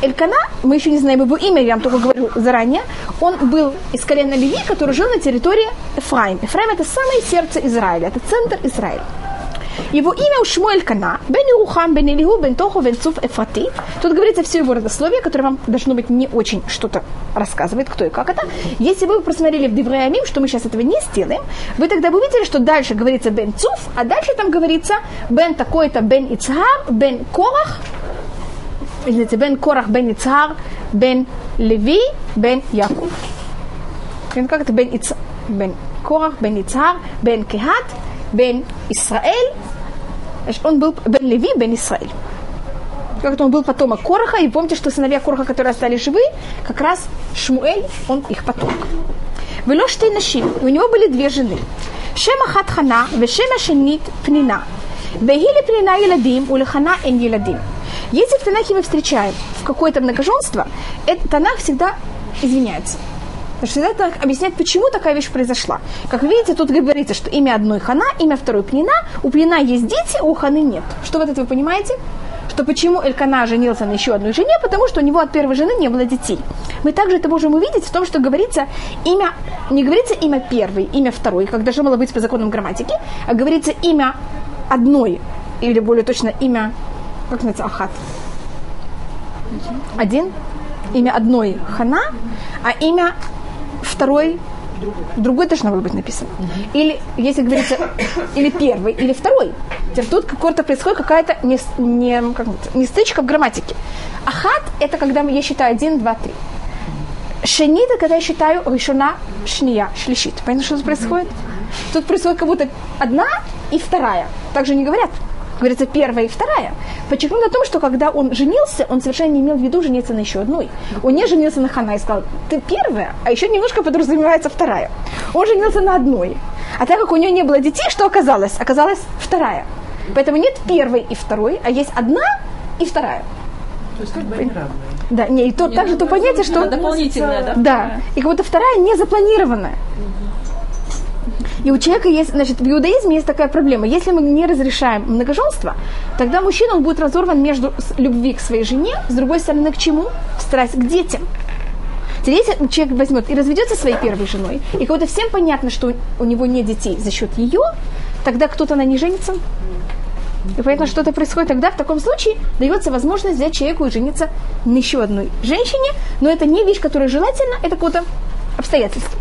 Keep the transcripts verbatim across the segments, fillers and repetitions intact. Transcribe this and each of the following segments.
Элькана, мы еще не знаем его имя, я вам только говорю заранее, он был из колена Леви, который жил на территории Эфраим. Эфраим – это самое сердце Израиля, это центр Израиля. Его имя у Шмуэль Кана, бен Ирухам, бен Илиху, бен Тоху, бен Цуф Эфрати. Тут говорится все его родословие, которое вам должно быть не очень что-то рассказывает, кто и как это. Если вы просмотрели в Деврей Амим, что мы сейчас этого не сделаем, вы тогда бы увидели, что дальше говорится бен Цуф, а дальше там говорится бен такой-то, бен Ицхар, бен Корах, извините, бен Корах, бен Ицхар, бен Леви, бен Яков. Как это бен Ицхар, бен Корах, бен Ицхар, бен Кехат, бен Исраэль, он был бен Леви, бен Исраэль. Как-то он был потомок Кораха, и помните, что сыновья Кораха, которые остались живы, как раз Шмуэль, он их потомок. Вело штей нашим, у него были две жены. Шема хат Хана, вешема шенит Пнина. Вегили Пнина еладим, уле Хана эн еладим. Если в Танахе мы встречаем в какое-то многоженство, это Танах всегда извиняется. Потому что всегда так объясняет, почему такая вещь произошла. Как вы видите, тут говорится, что имя одной Хана, имя второй Пнина. У Пнина есть дети, а у Ханы нет. Что вот это вы понимаете? Что почему Элькана женился на еще одной жене, потому что у него от первой жены не было детей. Мы также это можем увидеть в том, что говорится имя, не говорится имя первой, имя второй, как должно было быть по законам грамматики, а говорится имя одной, или более точно имя, как называется, Ахат. Один, имя одной Хана, а имя второй, другой должно было быть написано. Или, если говорится, или первый, или второй. Тут какое-то происходит какая-то не, не, как не стычка в грамматике. Ахат – это когда я считаю один, два, три. Шени – это когда я считаю решена, шния, шлишит. Понятно, что тут происходит? Тут происходит как будто одна и вторая. Так же не говорят. Говорится первая и вторая. Почему? На том, что когда он женился, он совершенно не имел в виду жениться на еще одной. Он не женился на Хана и сказал, ты первая, а еще немножко подразумевается вторая. Он женился на одной. А так как у нее не было детей, что оказалось? Оказалась вторая. Поэтому нет первой и второй, а есть одна и вторая. То есть как бы они равные. Да, не, и то, не, также то понятие, что... Дополнительная, да? Да, и как будто вторая не запланированная. И у человека есть, значит, в иудаизме есть такая проблема. Если мы не разрешаем многоженство, тогда мужчина, он будет разорван между любви к своей жене, с другой стороны, к чему? В страсть к детям. Теперь, если человек возьмет и разведется со своей первой женой, и как будто всем понятно, что у него нет детей за счет ее, тогда кто-то на ней женится. И поэтому что-то происходит тогда, в таком случае дается возможность взять человеку и жениться на еще одной женщине, но это не вещь, которая желательна, это какое-то обстоятельство.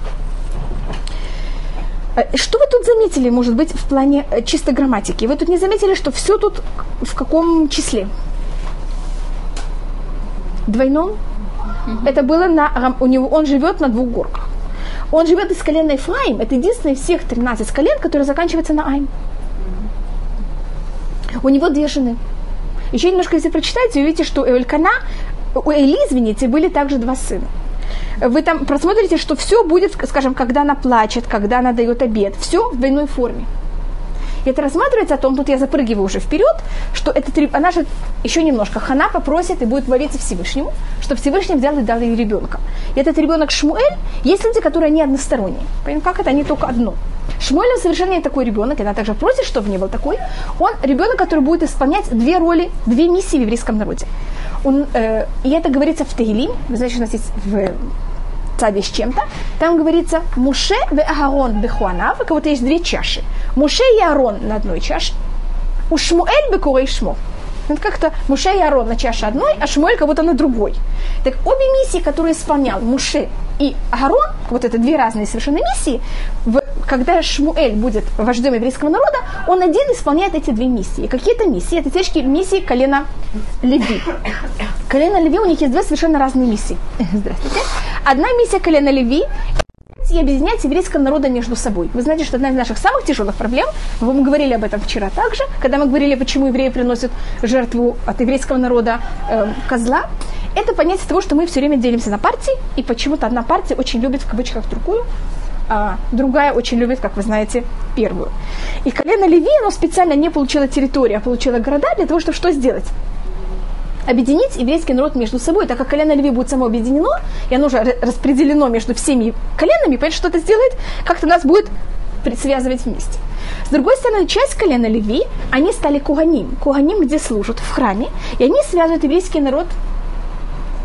Что вы тут заметили, может быть, в плане чистой грамматики? Вы тут не заметили, что все тут в каком числе? Двойном? Mm-hmm. Это было на... У него, он живет на двух горках. Он живет из колена Ефраим. Это единственное из всех тринадцать колен, которые заканчиваются на Айн. Mm-hmm. У него две жены. Еще немножко, если прочитаете, увидите, что у Элькана, у Эли, извините, были также два сына. Вы там просмотрите, что все будет, скажем, когда она плачет, когда она дает обед, все в двойной форме. И это рассматривается о том, тут я запрыгиваю уже вперед, что это, она же еще немножко, Хана попросит и будет молиться Всевышнему, чтобы Всевышний взял и дал ей ребенка. И этот ребенок Шмуэль, есть люди, которые не односторонние. Понимаете, как это? Они только одно. Шмуэль, он совершенно не такой ребенок, и она также просит, чтобы не был такой. Он ребенок, который будет исполнять две роли, две миссии в еврейском народе. Он, э, и это говорится в Тегилим, вы знаете, что у нас есть в Цаве с чем-то, там говорится Муше ве Аарон бехуанав, у кого-то есть две чаши. Муше и Аарон на одной чаше, у Шмуэль бекурей шмо. Это как-то Муше и Аарон на чаше одной, а Шмуэль как будто на другой. Так обе миссии, которые исполнял Муше и Аарон, вот это две разные совершенно миссии, в, когда Шмуэль будет вождем еврейского народа, он один исполняет эти две миссии. Какие-то миссии, это те миссии колена Леви. Колено Леви, у них есть две совершенно разные миссии. Здравствуйте. Одна миссия колена Леви и объединять еврейского народа между собой. Вы знаете, что одна из наших самых тяжелых проблем, мы говорили об этом вчера также, когда мы говорили, почему евреи приносят жертву от еврейского народа э, козла, это понятие того, что мы все время делимся на партии, и почему-то одна партия очень любит в кавычках другую, а другая очень любит, как вы знаете, первую. И колено Леви, оно специально не получило территорию, а получило города для того, чтобы что сделать? Объединить еврейский народ между собой, так как колено Леви будет само объединено, и оно уже распределено между всеми коленами, понимаете, что это сделает? Как-то нас будет связывать вместе. С другой стороны, часть колена Леви, они стали куганим. Куганим, где служат, в храме, и они связывают еврейский народ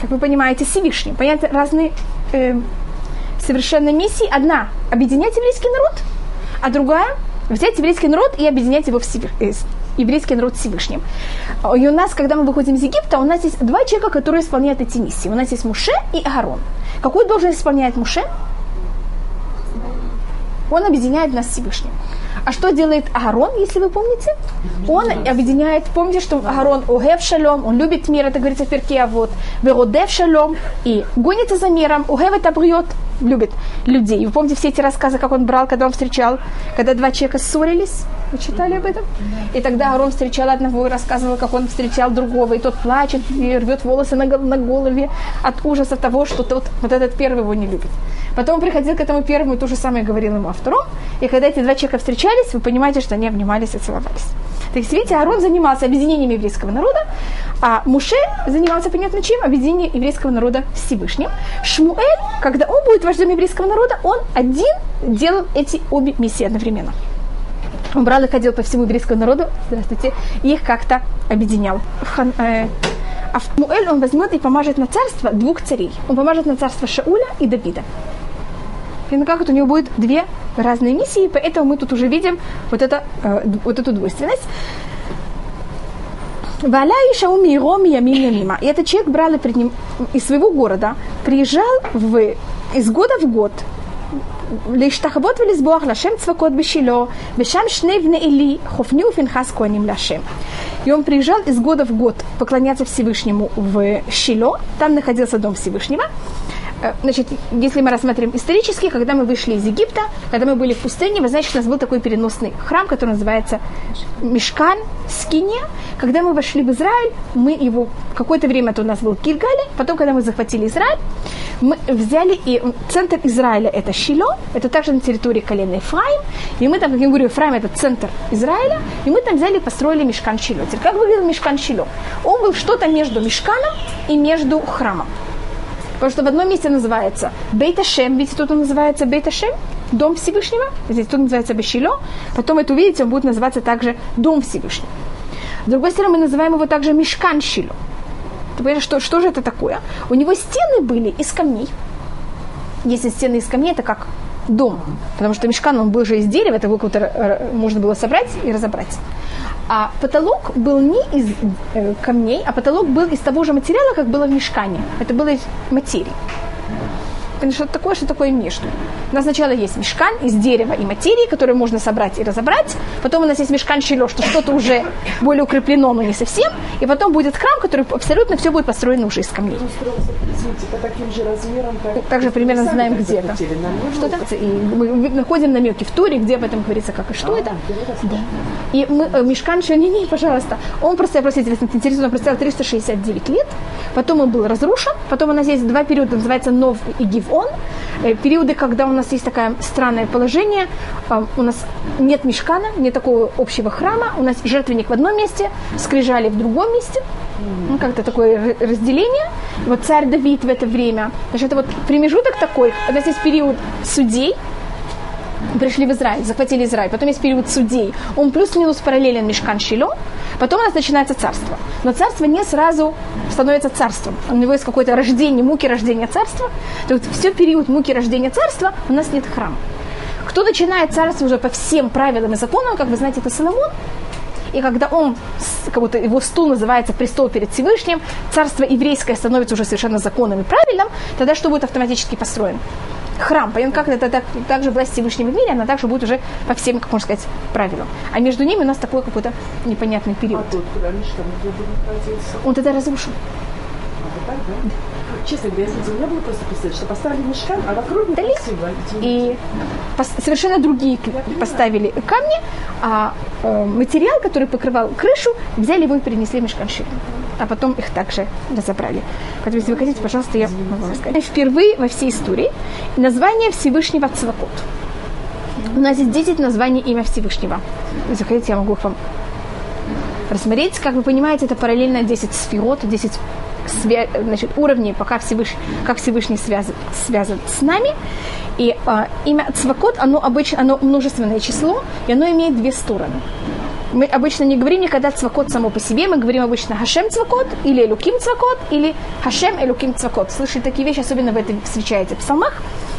как вы понимаете, Всевышним. Понятно, разные э, совершенно миссии. Одна – объединять еврейский народ, а другая – взять еврейский народ и объединять его в Всевышнем. Еврейский народ Всевышним. И у нас, когда мы выходим из Египта, у нас есть два человека, которые исполняют эти миссии. У нас есть Моше и Аарон. Какую должность исполняет Моше? Он объединяет нас с Всевышним. А что делает Аарон, если вы помните? Он объединяет, помните, что Аарон огев шалом, он любит мир, это говорится в перке Авот, веродев шалом, и гонится за миром, огев это бьет, любит людей. Вы помните все эти рассказы, как он брал, когда он встречал, когда два человека ссорились? Вы читали об этом? И тогда Аарон встречал одного и рассказывал, как он встречал другого, и тот плачет, и рвет волосы на, на голове от ужаса того, что тот, вот этот первый его не любит. Потом он приходил к этому первому и то же самое говорил ему о втором. И когда эти два человека встречались, вы понимаете, что они обнимались и целовались. То есть, видите, Аарон занимался объединением еврейского народа, а Моше занимался, понятно чем, объединением еврейского народа с Всевышним. Шмуэль, когда он будет вождем еврейского народа, он один делал эти обе миссии одновременно. Он брал и ходил по всему еврейскому народу, здравствуйте, и их как-то объединял. А Шмуэль он возьмет и помажет на царство двух царей. Он помажет на царство Шауля и Давида. И как вот у него будет две разные миссии, поэтому мы тут уже видим вот, это, э, вот эту двойственность. И этот человек брал из своего города, приезжал в, из года в год, להשתחוות ולסבוח לשם צבקות בשילה, ושם שני בני עלי, חופני ופנחס כהנים לשם. И он приезжал из года в год поклоняться Всевышнему в Шило, там находился дом Всевышнего. Значит, если мы рассмотрим исторически, когда мы вышли из Египта, когда мы были в пустыне, вы знаете, что у нас был такой переносный храм, который называется Мишкан, Скиния. Когда мы вошли в Израиль, мы его, какое-то время это у нас был в Гильгале, потом, когда мы захватили Израиль, мы взяли, и центр Израиля это Шило, это также на территории колена Ефраим, и мы там, как я говорю, Ефраим это центр Израиля, и мы там взяли и построили Мишкан Шило. Теперь, как выглядел Мишкан Шило? Он был что-то между Мишканом и между храмом. Потому что в одном месте называется Бейт Ашем, видите, тут он называется Бейт Ашем, Дом Всевышнего, здесь тут называется Бешило, потом это увидите, он будет называться также Дом Всевышнего. С другой стороны, мы называем его также Мишкан Шило. Ты понимаешь, что, что же это такое? У него стены были из камней. Если стены из камней, это как дом, потому что Мишкан, он был же из дерева, это как-то можно было собрать и разобрать. А потолок был не из э, камней, а потолок был из того же материала, как было в Мишкане. Это было из материи. Что такое, что такое между? У нас сначала есть Мишкан из дерева и материи, которые можно собрать и разобрать. Потом у нас есть Мишкан Шило, что что-то уже более укреплено, но не совсем. И потом будет храм, который абсолютно все будет построено уже из камней. Извините, по таким же размерам, как... Также примерно знаем, где это. Что-то. И мы находим намеки в Торе, где об этом говорится, как и что а, это. Да. И мы, Мишкан Шило, не, не, пожалуйста. Он просто, простите, если интересно, он простоял триста шестьдесят девять лет. Потом он был разрушен. Потом у нас есть два периода, называется Нов и Гивон. Периоды, когда у нас есть такое странное положение, у нас нет мишкана, нет такого общего храма, у нас жертвенник в одном месте, скрижали в другом месте, ну, как-то такое разделение. Вот царь Давид в это время, значит, это вот промежуток такой, у нас есть период судей, пришли в Израиль, захватили Израиль, потом есть период судей, он плюс-минус параллелен Мишкан Шило, потом у нас начинается царство. Но царство не сразу становится царством. У него есть какое-то рождение, муки рождения царства. То есть все период муки рождения царства у нас нет храма. Кто начинает царство уже по всем правилам и законам, как вы знаете, это Соломон. И когда он, как будто его стул называется престол перед Всевышним, царство еврейское становится уже совершенно законным и правильным, тогда что будет автоматически построен? Храм. Понятно, как это так, также власть Всевышнего в мире, она также будет уже по всем, как можно сказать, правилам. А между ними у нас такой какой-то непонятный период. А тут раньше там где был находился? Он тогда разрушен. А вот так, да? Честно говоря, если у меня было просто представить, что поставили мишкан, а вокруг не красиво. И пос- совершенно другие поставили камни, а э, материал, который покрывал крышу, взяли его и перенесли в Мишкан Шило. А потом их также разобрали. Поэтому, если вы хотите, пожалуйста, я могу рассказать. Впервые во всей истории название Всевышнего Цвакот. У нас есть десять названий имя Всевышнего. Если хотите, я могу их вам рассмотреть. Как вы понимаете, это параллельно десять сферот, десять свя- значит, уровней, пока Всевышний, как Всевышний связан, связан с нами. И э, имя Цвакот, оно обычно, оно множественное число, и оно имеет две стороны. Мы обычно не говорим никогда цвакот само по себе, мы говорим обычно Хашем цвакот, или Элуким цвакот, или Хашем Элуким цвакот. Слышали такие вещи, особенно в этом встречаете в псалмах.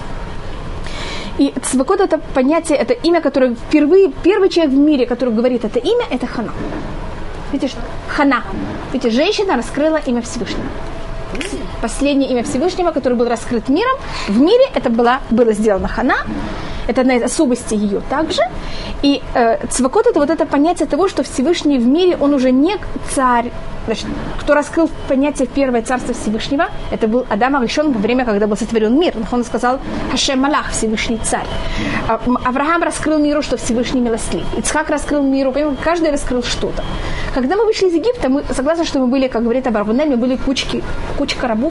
И цвакот это понятие, это имя, которое впервые, первый человек в мире, который говорит это имя, это Хана. Видите, Хана. Видите, женщина раскрыла имя Всевышнего. Последнее имя Всевышнего, которое было раскрыт миром, в мире это было, было сделано Хана. Это одна из особостей ее также. И э, цвакот это вот это понятие того, что Всевышний в мире, он уже не царь. Значит, кто раскрыл понятие первое царство Всевышнего, это был Адам Аришон во время, когда был сотворен мир. Он сказал Хашем Малах, Всевышний царь. А, Авраам раскрыл миру, что Всевышний милостлив. Ицхак раскрыл миру, понимаете, каждый раскрыл что-то. Когда мы вышли из Египта, мы согласны, что мы были, как говорит Абарбунель, мы были кучки, кучка рабов.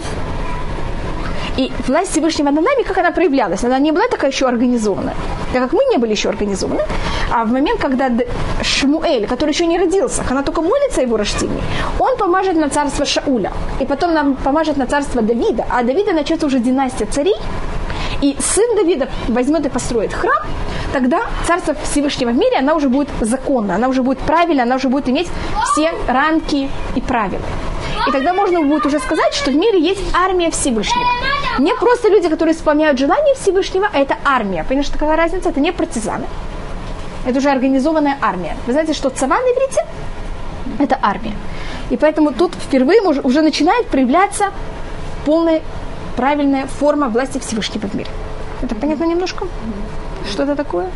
И власть Всевышнего над нами, как она проявлялась? Она не была такая еще организованная, так как мы не были еще организованы. А в момент, когда Шмуэль, который еще не родился, она только молится о его рождении, он помажет на царство Шауля. И потом нам помажет на царство Давида. А Давида начнется уже династия царей. И сын Давида возьмет и построит храм. Тогда царство Всевышнего в мире, она уже будет законна, она уже будет правильна, она уже будет иметь все рамки и правила. И тогда можно будет уже сказать, что в мире есть армия Всевышнего. Не просто люди, которые исполняют желания Всевышнего, а это армия. Понимаете, какая разница? Это не партизаны. Это уже организованная армия. Вы знаете, что цава на иврите – это армия. И поэтому тут впервые уже, уже начинает проявляться полная правильная форма власти Всевышнего в мире. Это понятно немножко? Что это такое?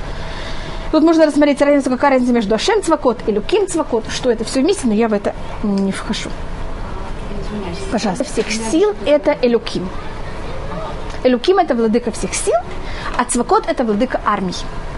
Тут можно рассмотреть разницу, какая разница между Ашем цвакот и Элуким цвакот, что это все вместе, но я в это не вхожу. Пожалуйста. Всех сил это Элуким. Элуким это владыка всех сил, а цвакот это владыка армии.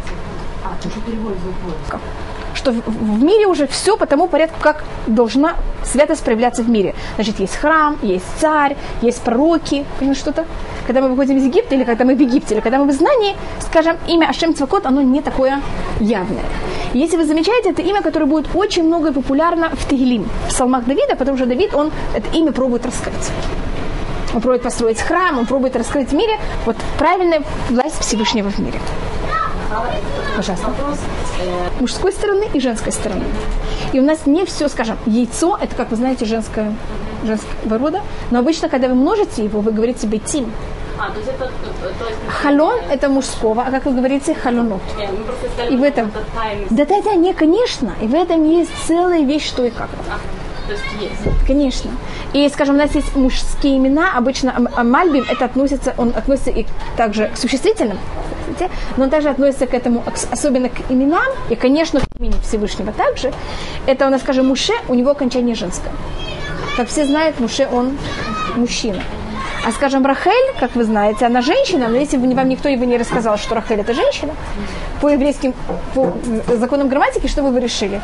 А, что переводит в что в мире уже все по тому порядку, как должна святость проявляться в мире. Значит, есть храм, есть царь, есть пророки. Понимаете что-то? Когда мы выходим из Египта, или когда мы в Египте, или когда мы в изгнании, скажем, имя Ашем Цвакот, оно не такое явное. И если вы замечаете, это имя, которое будет очень много и популярно в Тегилим, в псалмах Давида, потому что Давид, он это имя пробует раскрыть. Он пробует построить храм, он пробует раскрыть в мире вот правильная власть Всевышнего в мире. Пожалуйста. Мужской стороны и женской стороны. И у нас не все, скажем, яйцо, это, как вы знаете, женское, женского рода, но обычно, когда вы множите его, вы говорите бетим. А, то есть это, то есть... Халон – это мужского, а как вы говорите, халонот. Yeah, сказали, и в этом... Да-да-да, не, конечно. И в этом есть целая вещь, что и как. А, то есть есть. Конечно. И, скажем, у нас есть мужские имена, обычно Мальбим, это относится, он относится и также к существительным, но он также относится к этому, особенно к именам, и, конечно, к имени Всевышнего также. Это у нас, скажем, Муше, у него окончание женское. Как все знают, Муше, он мужчина. А, скажем, Рахель, как вы знаете, она женщина, но если бы вам никто не рассказал, что Рахель это женщина, по еврейским, по законам грамматики, что бы вы решили?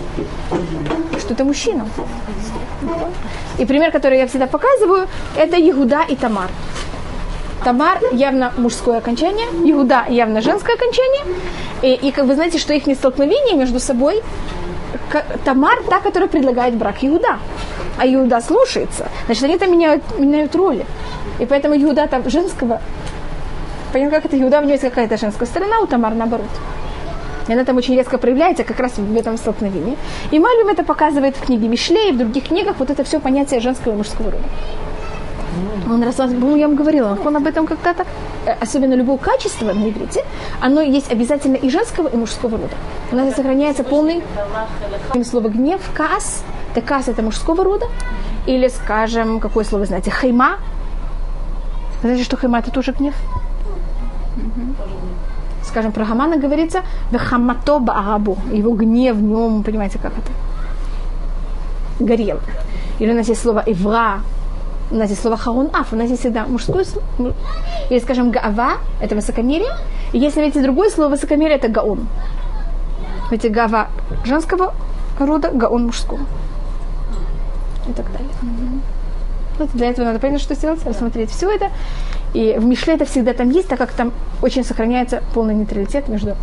Что это мужчина. И пример, который я всегда показываю, это Иуда и Тамар. Тамар явно мужское окончание, Иуда явно женское окончание. И, и как вы знаете, что их столкновение между собой, Тамар та, которая предлагает брак Иуда. А Иуда слушается. Значит, они там меняют, меняют роли. И поэтому Иуда там женского... Понятно, как это Иуда, у него есть какая-то женская сторона, у Тамар наоборот. И она там очень резко проявляется как раз в этом столкновении. И Мальбим это показывает в книге Мишлей и в других книгах, вот это все понятие женского и мужского рода. Он рассказывал, я вам говорила, он об этом когда-то, особенно любое качество на иврите, оно есть обязательно и женского, и мужского рода. У нас сохраняется полный слово гнев, каас. Это каас это мужского рода. Или, скажем, какое слово знаете, хайма. Вы знаете, что хайма это тоже гнев? Угу. Скажем, про Хамана говорится «Вехамато баарабу». Его гнев в нем, понимаете, как это? Горел. Или у нас есть слово «ивра», у нас есть слово «харон аф», у нас есть всегда мужское слово. Или, скажем, «гаава» – это высокомерие. И если видите другое слово «высокомерие» – это «гаон». Видите, «гава» женского рода, «гаон» мужского. И так далее. Вот для этого надо понять, что сделать, рассмотреть все это. И в Мишле это всегда там есть, так как там очень сохраняется полный нейтралитет между...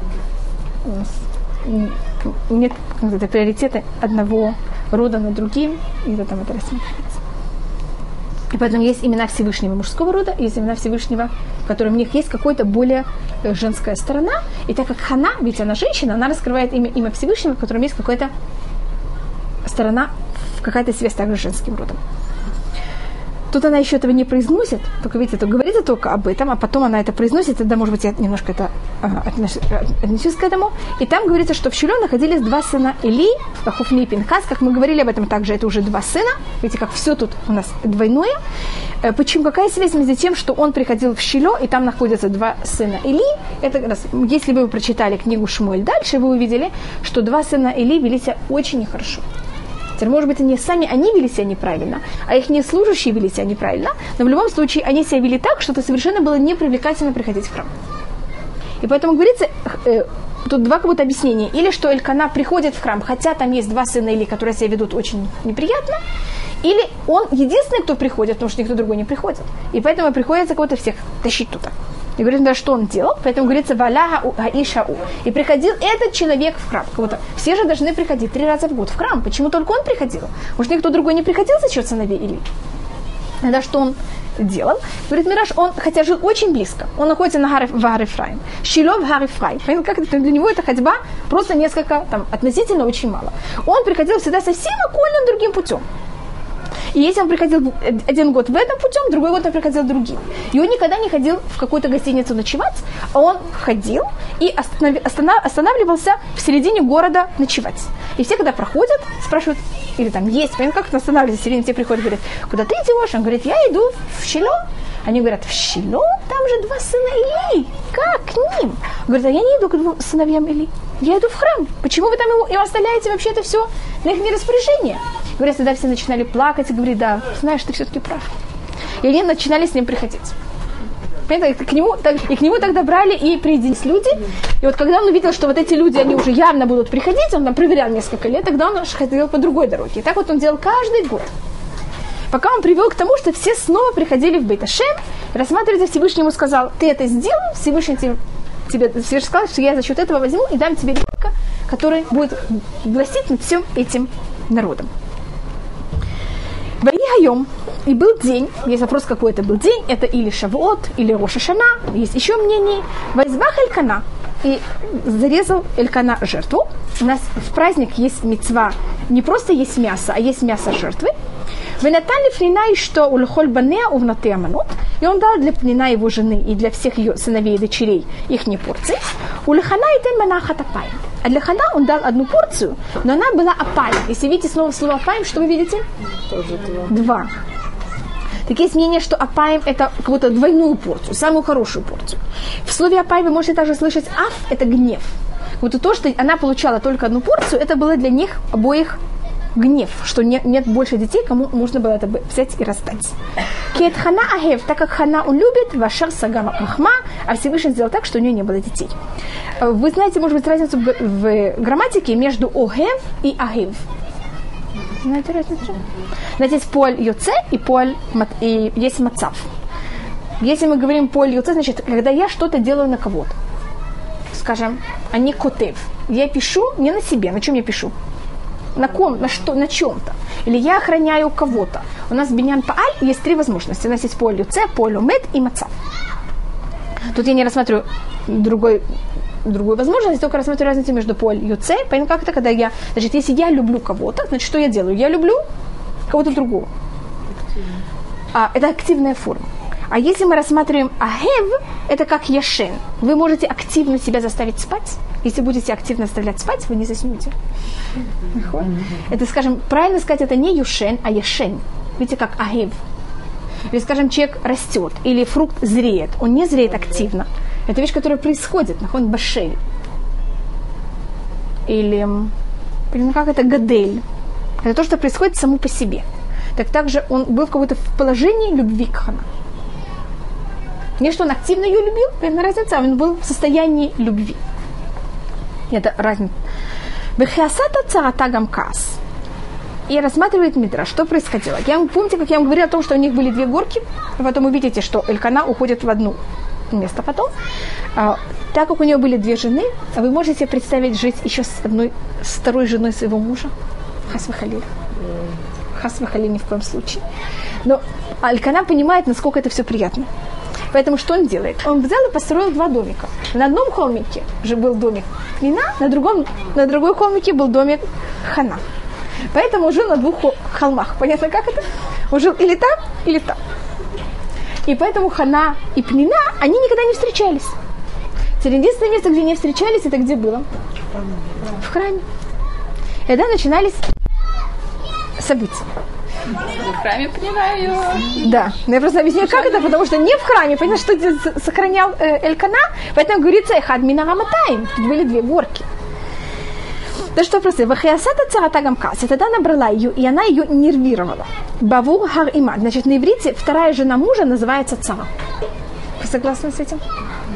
Нет как-то приоритета одного рода над другим, и это там это рассматривается. И поэтому есть имена Всевышнего мужского рода, есть имена Всевышнего, в котором у них есть какая-то более женская сторона. И так как Хана, ведь она женщина, она раскрывает имя, имя Всевышнего, в котором есть какая-то сторона, какая-то связь также с женским родом. Тут она еще этого не произносит, только, видите, тут говорится только об этом, а потом она это произносит, тогда, может быть, я немножко это ага, отнесусь к этому. И там говорится, что в Шило находились два сына Эли, Хофни и Пинхас, как мы говорили об этом также, это уже два сына, видите, как все тут у нас двойное. Почему, какая связь между тем, что он приходил в Шило, и там находятся два сына Эли, это, если бы вы прочитали книгу Шмуэль дальше, вы увидели, что два сына Эли вели себя очень нехорошо. Теперь, может быть, не сами они вели себя неправильно, а их не служащие вели себя неправильно, но в любом случае они себя вели так, что это совершенно было непривлекательно приходить в храм. И поэтому говорится, э, тут два как будто объяснения. Или что Элькана приходит в храм, хотя там есть два сына Эли, которые себя ведут очень неприятно, или он единственный, кто приходит, потому что никто другой не приходит. И поэтому приходится кого-то всех тащить туда. И говорит, да, что он делал, поэтому говорится «Валя гаишау». И приходил этот человек в храм. Как-то все же должны приходить три раза в год в храм. Почему только он приходил? Может, никто другой не приходил за счет сыновей Или? Тогда что он делал? Говорит Мираш, он, хотя жил очень близко, он находится на горе, в горе Ефраим. Шило в горе Ефраим. Как это, для него эта ходьба просто несколько, там, относительно очень мало. Он приходил всегда совсем окольным другим путем. И если он приходил один год в этом путем, другой год он приходил другим. И он никогда не ходил в какую-то гостиницу ночевать, а он ходил и останавливался в середине города ночевать. И все, когда проходят, спрашивают, или там есть, понятно, как он останавливается в середине, все приходят, говорят, куда ты идешь? Он говорит, я иду в Шило. Они говорят, в Шило? Там же два сына Или. Как к ним? Он говорит, а я не иду к двум сыновьям Или. Я иду в храм. Почему вы там его, его оставляете вообще это все на их нераспоряжение? Говорят, тогда все начинали плакать и говорить, да, знаешь, ты все-таки прав. И они начинали с ним приходить. Понятно, к нему, и к нему тогда брали и приединились люди. И вот когда он увидел, что вот эти люди, они уже явно будут приходить, он там проверял несколько лет, тогда он ходил по другой дороге. И так вот он делал каждый год. Пока он привел к тому, что все снова приходили в Бейт-Ашем, рассматриватель Всевышнему сказал, ты это сделал, Всевышний тебе, тебе Всевышний сказал, что я за счет этого возьму и дам тебе ребенка, который будет властить над всем этим народом. Ваихайом, и был день, есть вопрос, какой это был день, это или Шавуот, или Рош ха-Шана, есть еще мнение, Ваизбах Элькана, и зарезал Элькана жертву. У нас в праздник есть мицва, не просто есть мясо, а есть мясо жертвы. Венатали Пнина, что у Лехоль Банеа увнаты Аманут, и он дал для Пнина его жены и для всех ее сыновей и дочерей их не порции. У Лехана и тен манахат апаем. А для Хана он дал одну порцию, но она была апаем. Если видите снова слово апаем, что вы видите? Тоже два. Два. Так есть мнение, что апаем это какую-то двойную порцию, самую хорошую порцию. В слове апаем вы можете также слышать аф, это гнев. Вот то, что она получала только одну порцию, это было для них обоих гнев, что нет, нет больше детей, кому можно было это взять и раздать. Кет Хана Ахев, так как Хана он любит, Вашар Сагама Махма, а Всевышний сделал так, что у нее не было детей. Вы знаете, может быть, разницу в, в грамматике между Огев и Ахев? Знаете разницу? Знаете, есть поль Йоце и поль и есть Мацав. Если мы говорим поль Йоце, значит, когда я что-то делаю на кого-то. Скажем, а не котев. Я пишу не на себе, на чем я пишу? На ком, на что, на чем-то. Или я охраняю кого-то. У нас в Биньян Пааль есть три возможности. У нас есть поль Юце, поль Умед и Мацав. Тут я не рассматриваю другой, другую возможность, только рассматриваю разницу между поль Юце. Понятно, как это, когда я... Значит, если я люблю кого-то, значит, что я делаю? Я люблю кого-то другого. А, это активная форма. А если мы рассматриваем Ахев, это как Яшен. Вы можете активно себя заставить спать. Если будете активно заставлять спать, вы не заснете. Это, скажем, правильно сказать, это не Юшен, а Яшен. Видите, как Ахев. Или, скажем, человек растет, или фрукт зреет. Он не зреет активно. Это вещь, которая происходит, находит башель. Или, или как это гадель. Это то, что происходит само по себе. Так также он был в каком-то положении любви к Хана. Не что он активно ее любил, это разница, а он был в состоянии любви. Это разница. Бехиасата царата гамкас. И рассматривает Мидраш, что происходило. Я, помните, как я вам говорила о том, что у них были две горки? И потом вы видите, что Элькана уходит в одно место потом. А, так как у нее были две жены, вы можете представить жить еще с одной, с второй женой своего мужа? Хас вахалиль. хас вахали ни в коем случае. Но Элькана понимает, насколько это все приятно. Поэтому что он делает? Он взял и построил два домика. На одном холмике же был домик Пнина, на другом, на другой холмике был домик Хана. Поэтому он жил на двух холмах. Понятно, как это? Он жил или там, или там. И поэтому Хана и Пнина, они никогда не встречались. Единственное место, где не встречались, это где было? В храме. И тогда начинались события. В храме понимаю. Да, но я просто объясняю, как это, потому что не в храме, понятно, что сохранял э, Элькана, поэтому говорится, эхад минараматаим, тут были две горки. Да что просто, вахиасата царата гамкас, и тогда набрала ее, и она ее нервировала. Бавур хар има, значит, на иврите вторая жена мужа называется цара. Вы согласны с этим?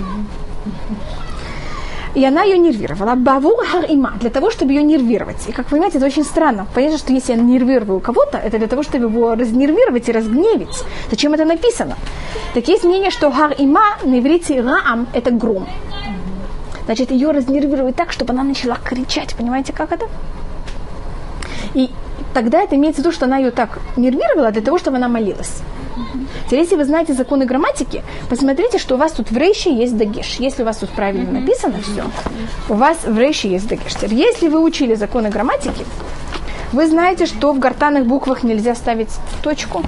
И она ее нервировала. Бавур хар има, для того, чтобы ее нервировать. И, как вы понимаете, это очень странно. Понятно, что если я нервирую кого-то, это для того, чтобы его разнервировать и разгневить. Зачем это написано? Так есть мнение, что хар има на иврите раам – это гром. Значит, ее разнервируют так, чтобы она начала кричать. Понимаете, как это? И тогда это имеется в виду, что она ее так нервировала для того, чтобы она молилась. Теперь, если вы знаете законы грамматики, посмотрите, что у вас тут в рейше есть дагеш. Если у вас тут правильно написано все, у вас в рейше есть дагеш. Теперь, если вы учили законы грамматики, вы знаете, что в гортанных буквах нельзя ставить точку.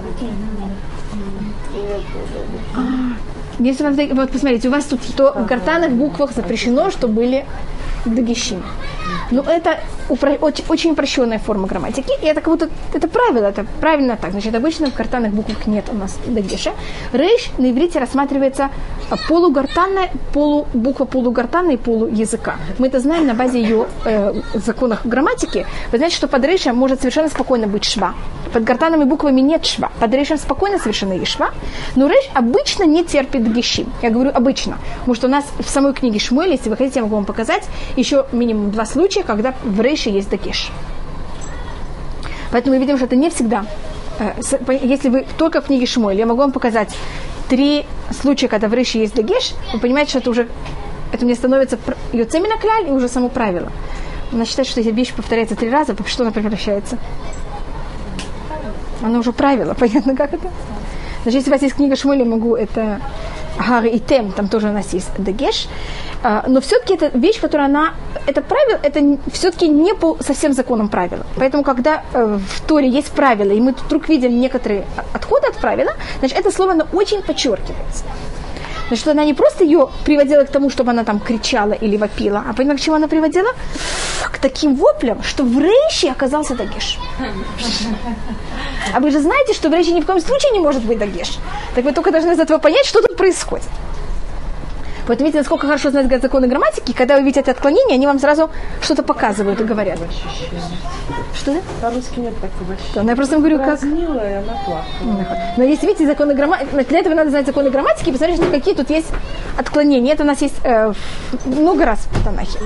Если вам, вот посмотрите, у вас тут что в гортанных буквах запрещено, что были дагешим. Но это упро- очень, очень упрощенная форма грамматики. И это как будто это правило, это правильно так. Значит, обычно в гортанных буквах нет у нас дагеша. Рейш на иврите рассматривается полугортанная, полу, буква полугортанная и полуязыка. Мы это знаем на базе ее э, законов грамматики. Вы знаете, что под рейшем может совершенно спокойно быть шва. Под гортанными буквами нет шва. Под рейшем спокойно совершенно есть шва. Но рейш обычно не терпит дагешим. Я говорю обычно. Потому что у нас в самой книге Шмуэля, если вы хотите, я могу вам показать еще минимум два случая, когда в рейше есть дагеш. Поэтому мы видим, что это не всегда. Если вы только в книге Шмуэля, я могу вам показать три случая, когда в рейше есть дагеш, вы понимаете, что это уже это мне становится йоцемина кляль и уже само правило. Она считает, что если вещь повторяется три раза, во что она превращается? Она уже правило, понятно, как это? Значит, если у вас есть книга Шмуэля, могу это Гар и Тем, там тоже у нас есть дагеш. Но все-таки это вещь, которая она, это правило, это все-таки не по совсем законам правила. Поэтому, когда э, в Торе есть правила, и мы вдруг видим некоторые отходы от правила, значит, это слово, оно очень подчеркивается. Значит, она не просто ее приводила к тому, чтобы она там кричала или вопила, а понимаете, к чему она приводила? К таким воплям, что в рейше оказался дагеш. А вы же знаете, что в рейше ни в коем случае не может быть дагеш. Так вы только должны из этого понять, что тут происходит. Поэтому видите, насколько хорошо знать законы грамматики, когда вы видите это отклонение, они вам сразу что-то показывают и говорят. Что да? По-русски нет такого ощущения. Я просто говорю, как... Разнила, и она плакала. Но если видите законы грамматики, для этого надо знать законы грамматики и посмотреть, что какие тут есть отклонения. Это у нас есть э, много раз в Танахе.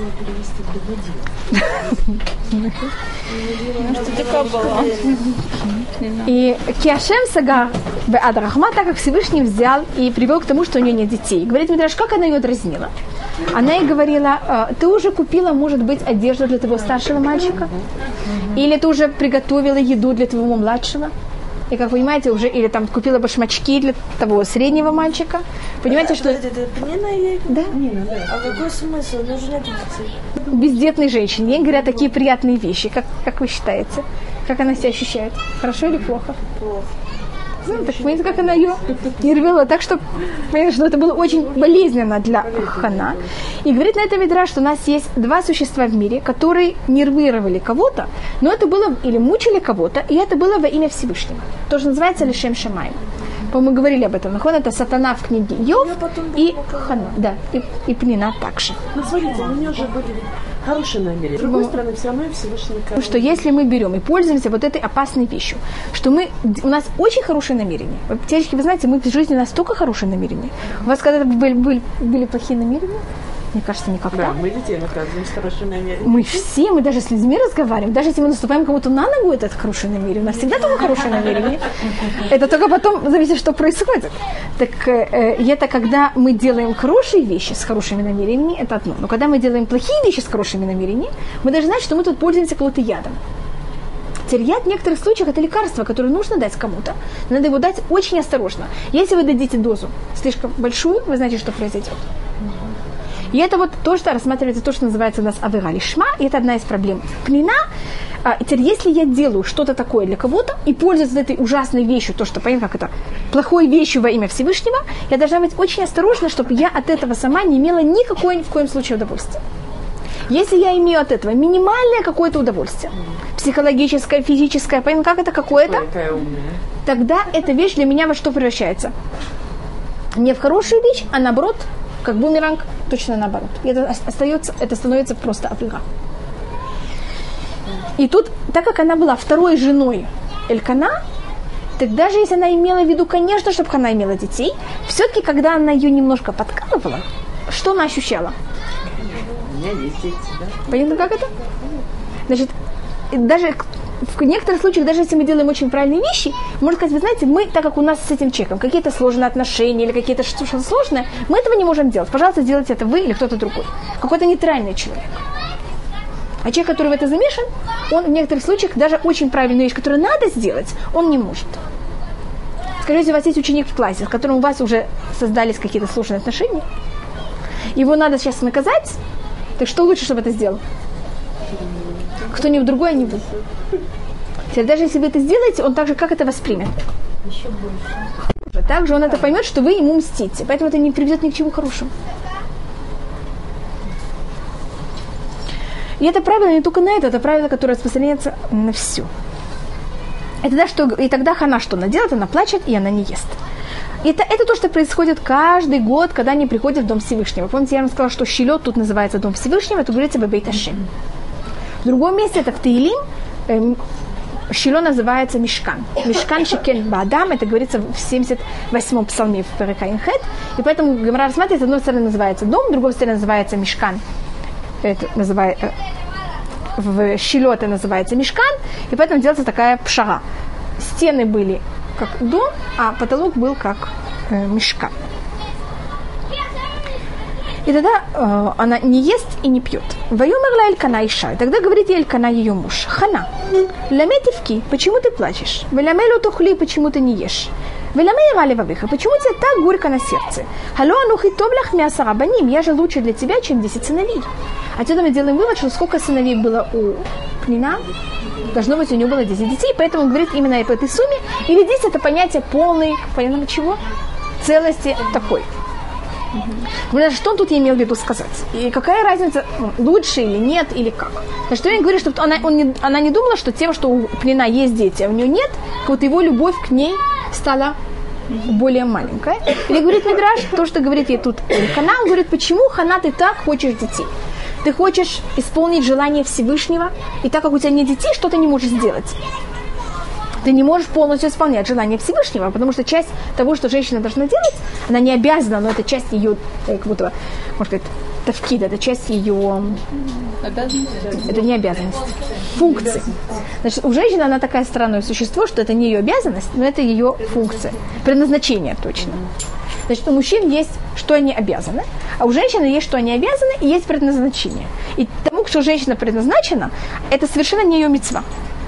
И Киашем Сага Беад Рахма, так как Всевышний взял и привел к тому, что у нее нет детей. Говорит Мидраш, как она ее дразнила? Она ей говорила, ты уже купила, может быть, одежду для твоего старшего мальчика? Или ты уже приготовила еду для твоего младшего? И, как вы понимаете, уже или там купила башмачки для того среднего мальчика. Понимаете, что... Это Пнина ей? Да? Нина, да. А какой смысл? У нее же нет детей. Бездетной женщине. Ей говорят такие приятные вещи. Как, как вы считаете? Как она себя ощущает? Хорошо или плохо? Плохо. Ну, так понимаете, как она ее нервировала. Так что, понимаете, что это было очень болезненно для Хана. И говорит на этом Мидраш, что у нас есть два существа в мире, которые нервировали кого-то, но это было, или мучили кого-то, и это было во имя Всевышнего. То, что называется Лешем Шамаим. По-моему, мы говорили об этом. Нахон это сатана в книге Йов и Хана. Да, и, и Пнина также. Ну, смотрите, у нее же были хорошие намерения. С другой стороны, все равно и Всевышний Потому что если мы берем и пользуемся вот этой опасной вещью, что мы, у нас очень хорошие намерения. Девочки, вы знаете, мы в жизни настолько хорошие намерения. У вас когда-то были, были, были плохие намерения? Мне кажется, никогда. Да, мы детей наказываем с хорошими намерениями. Мы все, мы даже с людьми разговариваем. Даже если мы наступаем кому-то на ногу, это хорошее намерение. У нас всегда только хорошее намерение. Это только потом зависит, что происходит. Так э, это когда мы делаем хорошие вещи с хорошими намерениями, это одно. Но когда мы делаем плохие вещи с хорошими намерениями, мы должны знать, что мы тут пользуемся кого-то ядом. Терьят в некоторых случаях это лекарство, которое нужно дать кому-то. Надо его дать очень осторожно. Если вы дадите дозу слишком большую, вы знаете, что произойдет. И это вот то, что рассматривается, то, что называется у нас авера лишма, и это одна из проблем. Пнина, а, теперь, если я делаю что-то такое для кого-то и пользуюсь этой ужасной вещью, то, что, понятно, как это, плохой вещью во имя Всевышнего, я должна быть очень осторожна, чтобы я от этого сама не имела никакой, ни в коем случае удовольствия. Если я имею от этого минимальное какое-то удовольствие, психологическое, физическое, понятно, как это какое-то, тогда эта вещь для меня во что превращается? Не в хорошую вещь, а наоборот, как бумеранг, точно наоборот. И это остается, это становится просто авера. И тут, так как она была второй женой Элькана, так даже если она имела в виду, конечно, чтобы она имела детей, все-таки, когда она ее немножко подкалывала, что она ощущала? У меня есть дети, да? Понятно, как это? Значит, даже в некоторых случаях, даже если мы делаем очень правильные вещи, можно сказать, вы знаете, мы, так как у нас с этим человеком какие-то сложные отношения или какие-то что-то сложное, мы этого не можем делать. Пожалуйста, сделайте это вы или кто-то другой. Какой-то нейтральный человек. А человек, который в это замешан, он в некоторых случаях даже очень правильную вещь, которую надо сделать, он не может. Скажите, у вас есть ученик в классе, с которым у вас уже создались какие-то сложные отношения, его надо сейчас наказать, так что лучше, чтобы это сделал? Кто-нибудь другой, а не вы. Теперь, даже если вы это сделаете, он также как это воспримет? Еще больше. Также он это поймет, что вы ему мстите. Поэтому это не приведет ни к чему хорошему. И это правило не только на это, это правило, которое распространяется на все. И тогда, что, и тогда Хана что она делает? Она плачет, и она не ест. И это, это то, что происходит каждый год, когда они приходят в Дом Всевышнего. Помните, я вам сказала, что Шилот тут называется Дом Всевышнего, это говорится Бейт Ашем. В другом месте, это в Теилим, эм, Шило называется Мишкан. Мишкан Шекен Баадам, это говорится в семьдесят восьмом псалме в Перекаин Хет. И поэтому Гемара рассматривает, с одной стороны называется дом, с другой стороны называется Мишкан. Это называется, в Шило это называется Мишкан, и поэтому делается такая пшара. Стены были как дом, а потолок был как э, Мишкан. И тогда э, она не ест и не пьет. Вайомерла Элькана Иша. Тогда говорит ей Элькана, ее муж: Хана, ламетивки, почему ты плачешь? Веламелу тухли, почему ты не ешь? Веламея валивавиха, почему тебе так горько на сердце? Хало анухи тоблах мяса рабаним, я же лучше для тебя, чем десять сыновей. Отсюда мы делаем вывод, что сколько сыновей было у Пнина, должно быть, у него было десять детей, поэтому он говорит именно об этой сумме. Или десять это понятие полной, понятно чего? Целости такой. Mm-hmm. Что он тут имел в виду сказать? И какая разница, лучше или нет, или как? Значит, он говорит, что она, он не, она не думала, что тем, что у Пнина есть дети, а у нее нет, вот его любовь к ней стала более маленькая. Или говорит Мидраш, то, что говорит ей тут Хана, он говорит, почему, Хана, ты так хочешь детей? Ты хочешь исполнить желание Всевышнего, и так как у тебя нет детей, что ты не можешь сделать? Ты не можешь полностью исполнять желание Всевышнего, потому что часть того, что женщина должна делать, она не обязана, но это часть ее, как будто, может сказать, тавкида, это часть ее... Это не обязанность. Функции. Значит, у женщины она такая странное существо, что это не ее обязанность, но это ее функция. Предназначение точно. Значит, у мужчин есть, что они обязаны, а у женщины есть, что они обязаны, и есть предназначение. И тому, что женщина предназначена, это совершенно не ее мицва.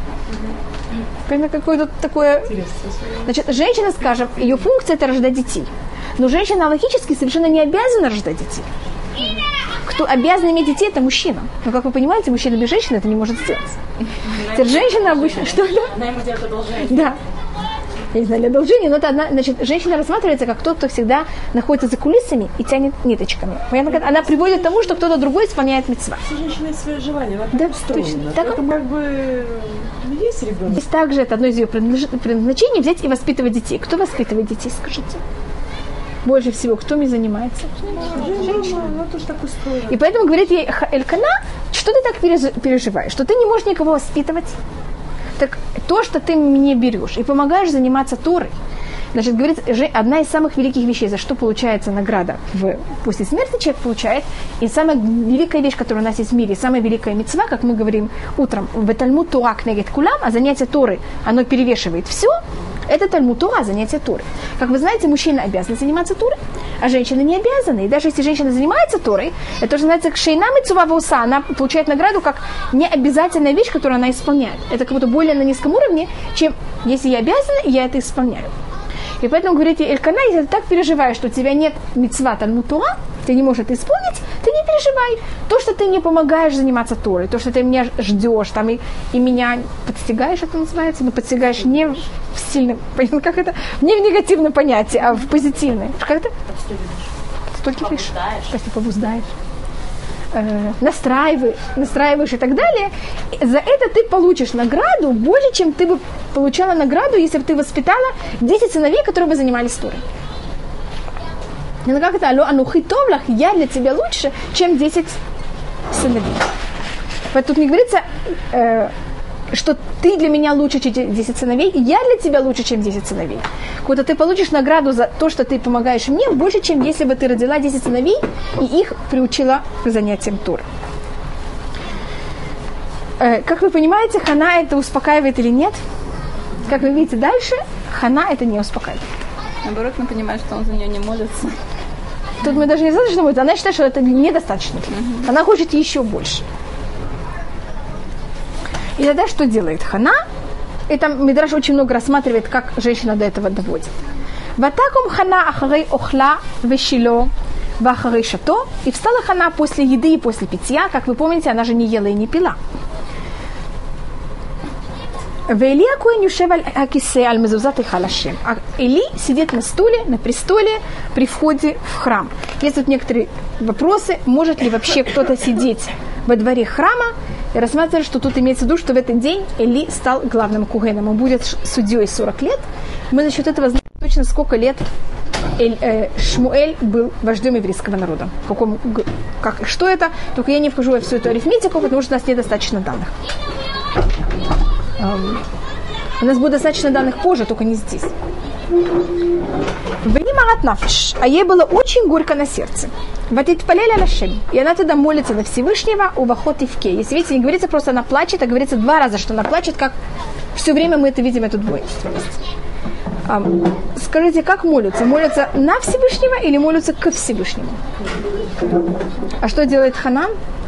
Какое-то такое... Значит, женщина, скажем, ее функция – это рождать детей. Но женщина логически совершенно не обязана рождать детей. Кто обязан иметь детей – это мужчина. Но, как вы понимаете, мужчина без женщины это не может сделать. Теперь женщина обычно... Что это? Она ему делает одолжение. Да. Я не знаю, для одолжения, но это одна... Значит, женщина рассматривается как тот, кто всегда находится за кулисами и тянет ниточками. Понятно? Она приводит к тому, что кто-то другой исполняет мицва. Все женщины есть свои желания, она да, устроена. Точно. Так это как бы есть ребенок. Здесь также это одно из ее предназначений взять и воспитывать детей. Кто воспитывает детей, скажите? Больше всего, кто ими занимается? Женщина. Она тоже так устроена. И поэтому говорит ей Элькана, что ты так переживаешь, что ты не можешь никого воспитывать? Так то, что ты мне берешь и помогаешь заниматься Торой, значит, говорит, одна из самых великих вещей, за что получается награда в, после смерти человек получает, и самая великая вещь, которая у нас есть в мире, самая великая мицва, как мы говорим утром, в Талмуд Туа кнегет кулам, а занятие Торы, оно перевешивает все, Это Талмуд Тора, занятие Торой. Как вы знаете, мужчина обязан заниматься Торой, а женщина не обязана. И даже если женщина занимается Торой, это тоже называется кшейна мицува вауса, она получает награду как необязательная вещь, которую она исполняет. Это как будто более на низком уровне, чем если я обязана, и я это исполняю. И поэтому говорите, Элькана, если ты так переживаешь, что у тебя нет мицва Талмуд Тора, ты не можешь это исполнить, ты не переживай. То, что ты не помогаешь заниматься Торой, то, что ты меня ждешь, там, и, и меня подстигаешь, это называется, но подстигаешь не в сильном, как это, не в негативном понятии, а в позитивном. Как это? Столько пишешь. Просто побуждаешь. Э, настраиваешь, настраиваешь и так далее. За это ты получишь награду больше, чем ты бы получала награду, если бы ты воспитала десять сыновей, которые бы занимались Торой. Ну как это? Алло, анухи товлах, я для тебя лучше, чем десять сыновей. Поэтому тут не говорится, э, что ты для меня лучше, чем десять сыновей, и я для тебя лучше, чем десять сыновей. Когда ты получишь награду за то, что ты помогаешь мне, больше, чем если бы ты родила десять сыновей и их приучила к занятиям Торы. Э, как вы понимаете, хана это успокаивает или нет? Как вы видите дальше, хана это не успокаивает. Наоборот, мы понимаем, что он за нее не молится. Тут мы даже не знаем, что молится. Она считает, что это недостаточно. Uh-huh. Она хочет еще больше. И тогда что делает хана? И там Мидраш очень много рассматривает, как женщина до этого доводит. Ватакум хана ахарей охла вешило вахарей шато. И встала хана после еды и после питья. Как вы помните, она же не ела и не пила. Вели Коэн юшев аль акисе аль мезузат и халашем. А Эли сидит на стуле, на престоле при входе в храм. Есть тут некоторые вопросы, может ли вообще кто-то сидеть во дворе храма. И рассматривали, что тут имеется в виду, что в этот день Эли стал главным кугэном. Он будет судьей сорок лет. Мы за счет этого знаем точно, сколько лет Эль, э, Шмуэль был вождем еврейского народа. Каком, как, что это? Только я не вхожу во всю эту арифметику, потому что у нас недостаточно данных. Um, у нас будет достаточно данных позже, только не здесь. А ей было очень горько на сердце. И она тогда молится на Всевышнего у вахот ивке. Если видите, не говорится просто она плачет, а говорится два раза, что она плачет, как все время мы это видим, эту двойственность. Um, скажите, как молятся? Молятся на Всевышнего или молятся ко Всевышнему? А что делает Хана?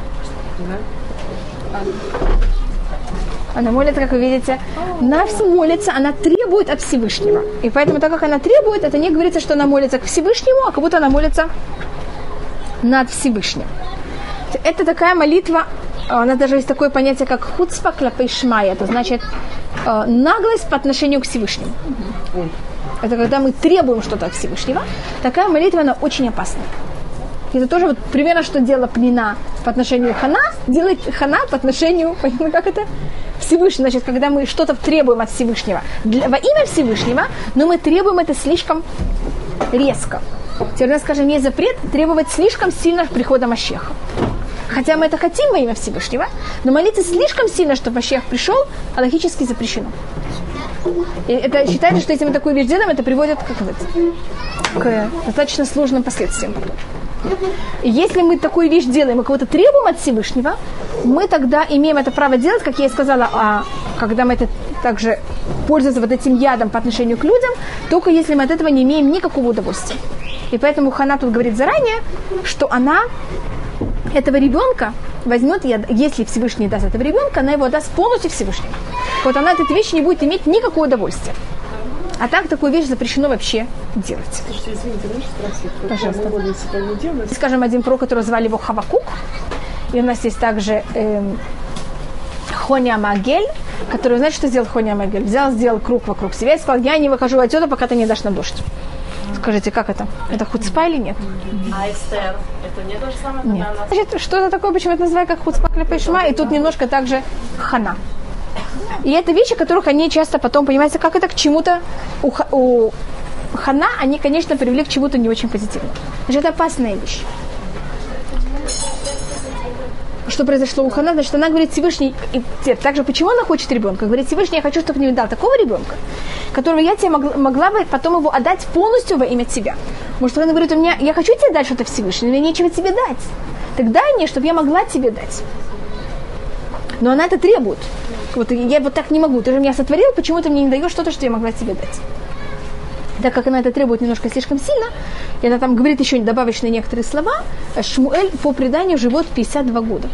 Она молится, как вы видите, на все молится, она требует от Всевышнего. И поэтому, так как она требует, это не говорится, что она молится к Всевышнему, а как будто она молится над Всевышним. Это такая молитва, у нас даже есть такое понятие, как хуцпа клапей шмай, это значит наглость по отношению к Всевышнему. Это когда мы требуем что-то от Всевышнего. Такая молитва, она очень опасна. Это тоже вот примерно, что делала Пнина по отношению к Хана, делает Хана по отношению, как это, Всевышнего. Значит, когда мы что-то требуем от Всевышнего для, во имя Всевышнего, но мы требуем это слишком резко. Теперь, скажем, есть запрет требовать слишком сильно прихода Машеха. Хотя мы это хотим во имя Всевышнего, но молиться слишком сильно, чтобы Машех пришел, логически запрещено. И это считается, что если мы такую вещь делаем, это приводит как это, к достаточно сложным последствиям потом. И если мы такую вещь делаем и кого-то требуем от Всевышнего, мы тогда имеем это право делать, как я и сказала, а когда мы это также пользуемся вот этим ядом по отношению к людям, только если мы от этого не имеем никакого удовольствия. И поэтому Хана тут говорит заранее, что она этого ребенка возьмет, если Всевышний даст этого ребенка, она его даст полностью Всевышнему. Вот она от этой вещи не будет иметь никакого удовольствия. А так такую вещь запрещено вообще делать. Слушайте, извините, можно спросить? Пожалуйста. Мы молимся, это не делаем. Скажем, один пророк, которого звали его Хавакук. И у нас есть также эм, Хоня Магель, который, знаете, что сделал Хоня Магель? Взял, сделал круг вокруг себя и сказал, я не выхожу отсюда, пока ты не дашь нам дождь. Скажите, как это? Это хуцпа или нет? А Эстер? Это не то же самое? Нет. Значит, что это такое, почему это называют как хуцпа клепей шма, и тут немножко также Хана. И это вещи, которых они часто потом, понимаете, как это к чему-то у, у Хана, они, конечно, привели к чему-то не очень позитивному. Значит, это опасная вещь. Что произошло у Хана? Значит, она говорит, Всевышний, и также почему она хочет ребенка? Говорит, Всевышний, я хочу, чтобы ты мне дал такого ребенка, которого я тебе могла, могла бы потом его отдать полностью во имя тебя. Может, она говорит, у меня, я хочу тебе дать что-то Всевышний, но мне нечего тебе дать. Так дай мне, чтобы я могла тебе дать. Но она это требует. Вот я вот так не могу, ты же меня сотворил, почему ты мне не даешь что-то, что я могла тебе дать? Так как она это требует немножко слишком сильно, и она там говорит еще добавочные некоторые слова, Шмуэль по преданию живет пятьдесят два года.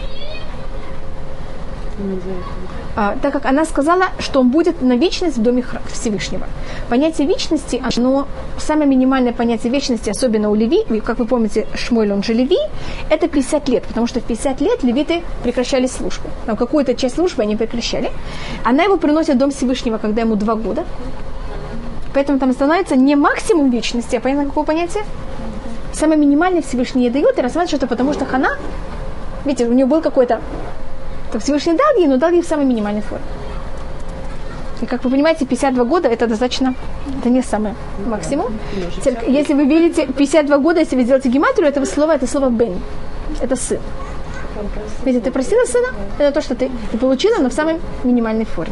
А, так как она сказала, что он будет на вечность в доме Всевышнего. Понятие вечности, оно самое минимальное понятие вечности, особенно у Леви, как вы помните, Шмуэль, он же Леви, это пятьдесят лет, потому что в пятьдесят лет левиты прекращали службу. Там какую-то часть службы они прекращали. Она его приносит в дом Всевышнего, когда ему два года. Поэтому там становится не максимум вечности, а понятно, какое понятие? Самое минимальное Всевышний ей дает, и рассматривает, что это потому что Хана, видите, у нее был какой-то, то Всевышний дал ей, но дал ей в самой минимальной форме. И как вы понимаете, пятьдесят два года это достаточно, это не самый максимум. Если вы видите пятьдесят два года, если вы делаете гематрию, это слово, это слово бен, это сын. Видите, ты просила сына, это то, что ты, ты получила, но в самой минимальной форме.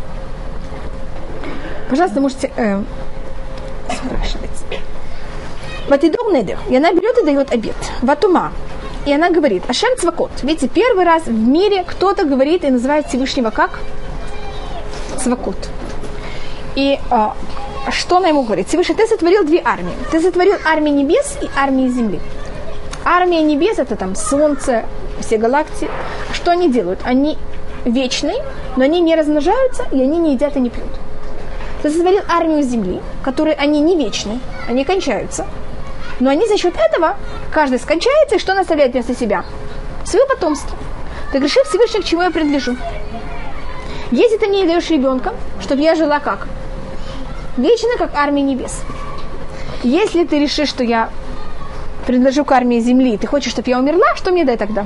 Пожалуйста, можете э, спрашивать. Ватидор недер. И она берет и дает обет. Ватума. И она говорит, Ашем Цвакот. Видите, первый раз в мире кто-то говорит и называет Всевышнего как? Цвакот. И э, что она ему говорит? Всевышний, ты сотворил две армии. Ты сотворил армию небес и армию земли. Армия небес, это там солнце, все галактики. Что они делают? Они вечные, но они не размножаются, и они не едят и не пьют. Ты сотворил армию земли, которые они не вечны, они кончаются. Но они за счет этого, каждый скончается, и что он оставляет вместо себя? Свое потомство. Ты говоришь, Всевышний, к чему я принадлежу? Если ты мне даешь ребенка, чтобы я жила как? Вечно, как армия небес. Если ты решишь, что я принадлежу к армии земли, ты хочешь, чтобы я умерла, что мне дай тогда?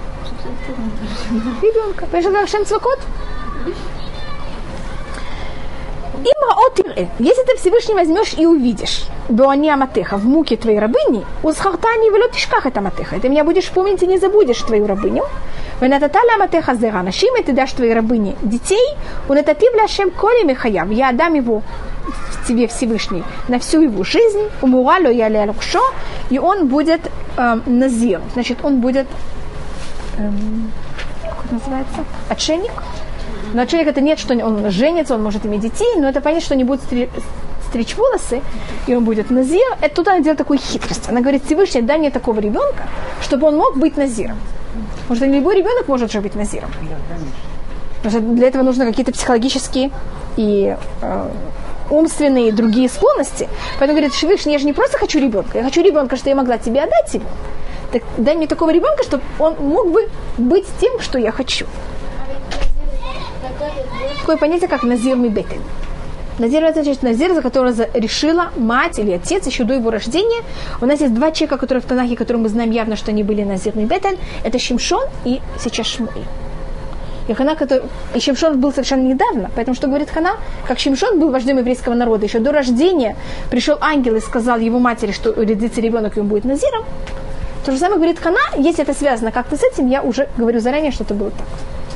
Ребенка. Понимаешь, Ашем Цвакот? Если ты Всевышний возьмешь и увидишь, Боани Аматеха, в муке твоей рабыни, Узхартани вело тишках это Аматеха, ты меня будешь помнить и не забудешь твою рабыню. Венататали Аматеха зера, нашим и ты дашь твоей рабыне детей, унататив ляшем коли мехаяв, я отдам его тебе Всевышний на всю его жизнь, умуралю я лялукшо, и он будет эм, назир, значит, он будет, эм, как это называется, отшельник. Но отшельник это нет, что он женится, он может иметь детей, но это понятно, что не будет стричь, стричь волосы, и он будет назир. Это туда она делает такую хитрость. Она говорит, Всевышний, дай мне такого ребенка, чтобы он мог быть назиром. Потому что любой ребенок может же быть назиром. Потому что для этого нужны какие-то психологические и э, умственные и другие склонности. Поэтому говорит, Всевышний, я же не просто хочу ребенка, я хочу ребенка, что я могла тебе отдать тебе. Так дай мне такого ребенка, чтобы он мог бы быть тем, что я хочу. Такое понятие, как назир мибетен. Назир это значит назир, за которого решила мать или отец еще до его рождения. У нас есть два человека, которые в Танахе, которые мы знаем явно, что они были назир мибетен. Это Шимшон и сейчас Шмуэль. И Хана, который... и Шимшон был совершенно недавно, поэтому что говорит Хана? Как Шимшон был вождем еврейского народа, еще до рождения пришел ангел и сказал его матери, что родится ребенок, и он будет назиром. То же самое говорит Хана, если это связано как-то с этим, я уже говорю заранее, что это будет так.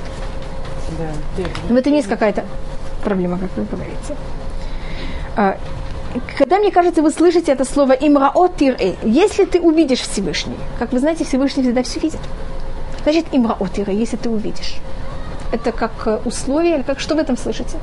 В этом есть какая-то проблема, как вы говорите. Когда, мне кажется, вы слышите это слово «имраот тирэ», если ты увидишь Всевышний, как вы знаете, Всевышний всегда все видит. Значит, «имраот тирэ», если ты увидишь. Это как условие, или как, что вы этом слышите?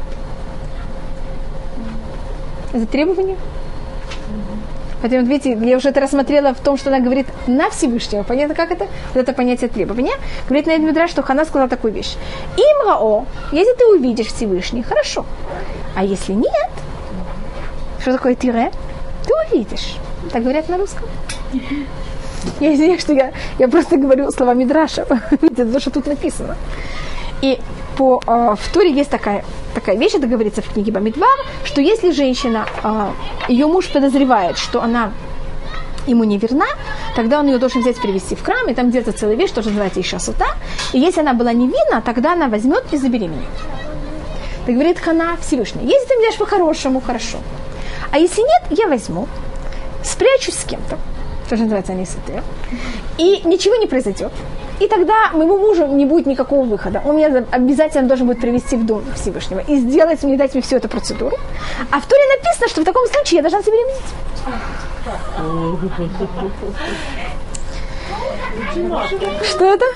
Это требование? Поэтому, видите, я уже это рассмотрела в том, что она говорит на Всевышнего. Понятно, как это? Вот это понятие требования. Говорит на Эд Мидраш, что Хана сказала такую вещь. Имрао, если ты увидишь Всевышний, хорошо. А если нет, что такое тире? Ты увидишь. Так говорят на русском. Я извиняюсь, что я, я просто говорю слова Мидраша. Видите, то, что тут написано. И по, э, в Торе есть такая, такая вещь, это говорится в книге Бамидбар, что если женщина, э, ее муж подозревает, что она ему не верна, тогда он ее должен взять, привести в храм, и там делается целая вещь, тоже называется Иша Сута, и если она была невинна, тогда она возьмет и забеременеет. Так говорит Хана Всевышний, если ты мне дашь по-хорошему, хорошо. А если нет, я возьму, спрячусь с кем-то, тоже называется Анисатер, и ничего не произойдет. И тогда моему мужу не будет никакого выхода. Он меня обязательно должен будет привести в дом Всевышнего и сделать мне, дать мне всю эту процедуру. А в Торе написано, что в таком случае я должна забеременеть. Что это?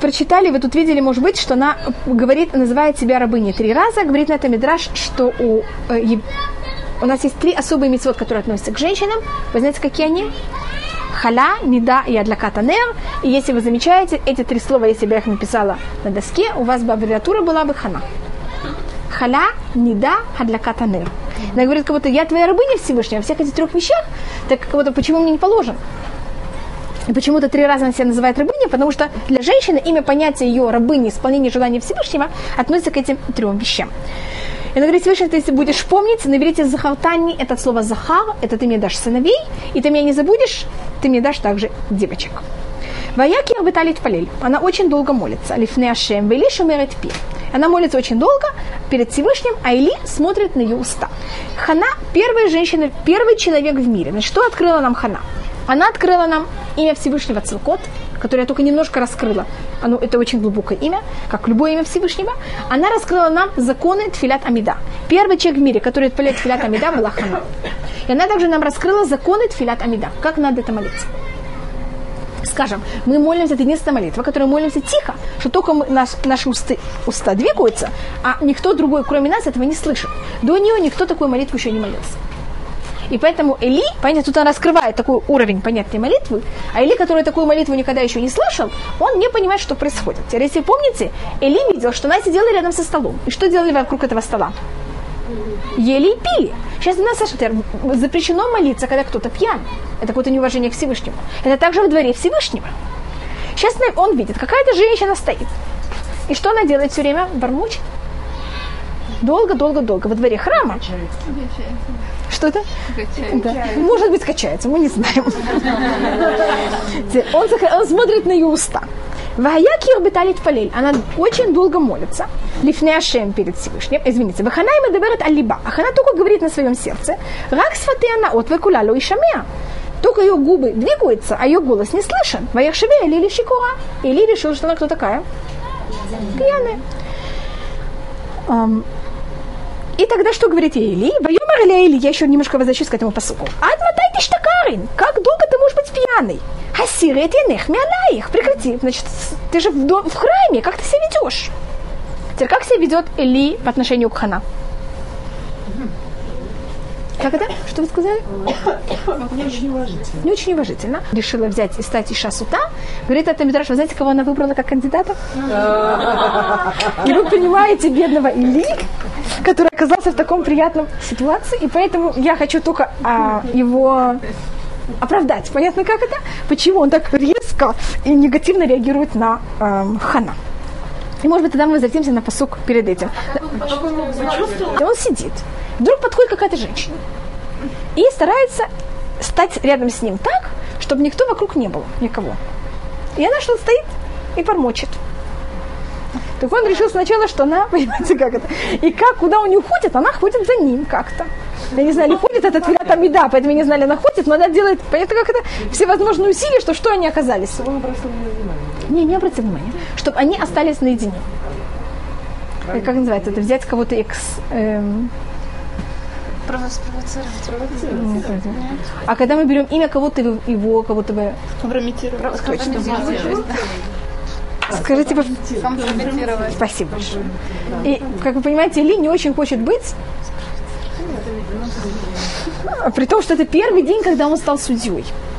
прочитали, вы тут видели, может быть, что она говорит, называет себя рабыней три раза, говорит на это Мидраш, что у, э, у нас есть три особые мицвот, которые относятся к женщинам. Вы знаете, какие они? Халя, Нида и Адлакат ха-нер. И если вы замечаете, эти три слова, если бы я их написала на доске, у вас бы аббревиатура была бы Хана. Халя, Нида, Адлакат ха-нер. Она говорит, как будто я твоя рабыня Всевышняя, во всех этих трех вещах, так как будто почему мне не положено? И почему-то три раза она себя называет рабыней, потому что для женщины имя понятия ее рабыни, исполнение желания Всевышнего относится к этим трем вещам. И она говорит, Всевышний, ты если будешь помнить, наберите захартани, это слово захар, это ты мне дашь сыновей, и ты меня не забудешь, ты мне дашь также девочек. Ваякир беталит палель. Она очень долго молится. Лифне Ашем, вели шумерет пи. Она молится очень долго перед Всевышним, а Эли смотрит на ее уста. Хана – первая женщина, первый человек в мире. Значит, что открыла нам Хана? Она открыла нам имя Всевышнего Цилкот, которое я только немножко раскрыла. Оно, это очень глубокое имя, как любое имя Всевышнего. Она раскрыла нам законы Тфилят Амида. Первый человек в мире, который отпаляет Тфилят Амида, была Хана. И она также нам раскрыла законы Тфилят Амида. Как надо это молиться? Скажем, мы молимся, это единственная молитва, которой молимся тихо, что только мы, наш, наши усты, уста двигаются, а никто другой, кроме нас, этого не слышит. До нее никто такую молитву еще не молился. И поэтому Эли, понятно, тут она раскрывает такой уровень понятной молитвы, а Эли, который такую молитву никогда еще не слышал, он не понимает, что происходит. Теперь, если помните, Эли видел, что она сидела рядом со столом. И что делали вокруг этого стола? Ели и пили. Сейчас у нас, Саша, запрещено молиться, когда кто-то пьян. Это какое-то неуважение к Всевышнему. Это также во дворе Всевышнего. Сейчас он видит, какая-то женщина стоит. И что она делает все время? Бормочет. Долго-долго-долго. Во дворе храма. Что это? Да. Может быть, качается, мы не знаем. Он, он смотрит на ее уста. Ваякир беталит палель. Она очень долго молится. Лифне Ашем перед Всевышним. Извините. Ваханай медаберет аль-либа. А Хана только говорит на своем сердце. Рак сфаты она от векулалу и шамеа. Только ее губы двигаются, а ее голос не слышен. Ваяхшеве Эли шикура. Эли решил, что она кто такая? Пьяная. Um, и тогда что говорит Эли? Вайомар Эли, я еще немножко возвращусь к этому посуку. Адматай ты штакарин. Как долго ты можешь быть пьяный? Хасирет янех мянаих. Прекрати. Значит, ты же в, дом, в храме. Как ты себя ведешь? Теперь, как себя ведет Эли по отношению к Хана? Как это? Что вы сказали? Не очень уважительно. Не очень уважительно. Решила взять и стать Иша Сута. Говорит это Мидраш, вы знаете, кого она выбрала как кандидата? И вы понимаете бедного Эли, который оказался в таком приятном ситуации, и поэтому я хочу только а, его оправдать. Понятно, как это? Почему он так резко и негативно реагирует на эм, Хана? И, может быть, тогда мы возвратимся на пасук перед этим. Он сидит. Вдруг подходит какая-то женщина и старается стать рядом с ним так, чтобы никто вокруг не было, никого. И она что-то стоит и бормочет. Так он решил сначала, что она, понимаете, как это, и как, куда он не уходит, она ходит за ним как-то. Я не знаю, ли ходит этот Тфилат Амида, поэтому я не знали, она ходит, но она делает, понятно, как это, всевозможные усилия, что что они оказались. Он обратил на нее внимание. Не, не обратил внимания. Чтобы они остались наедине. Как называется это? Взять кого-то экс... Эм... Спровоцировать. А когда мы берем имя кого-то, его кого-то бы... Компрометировать. Скажите, пожалуйста. Спасибо большое. И, как вы понимаете, Эли не очень хочет быть, при том, что это первый день, когда он стал судьей.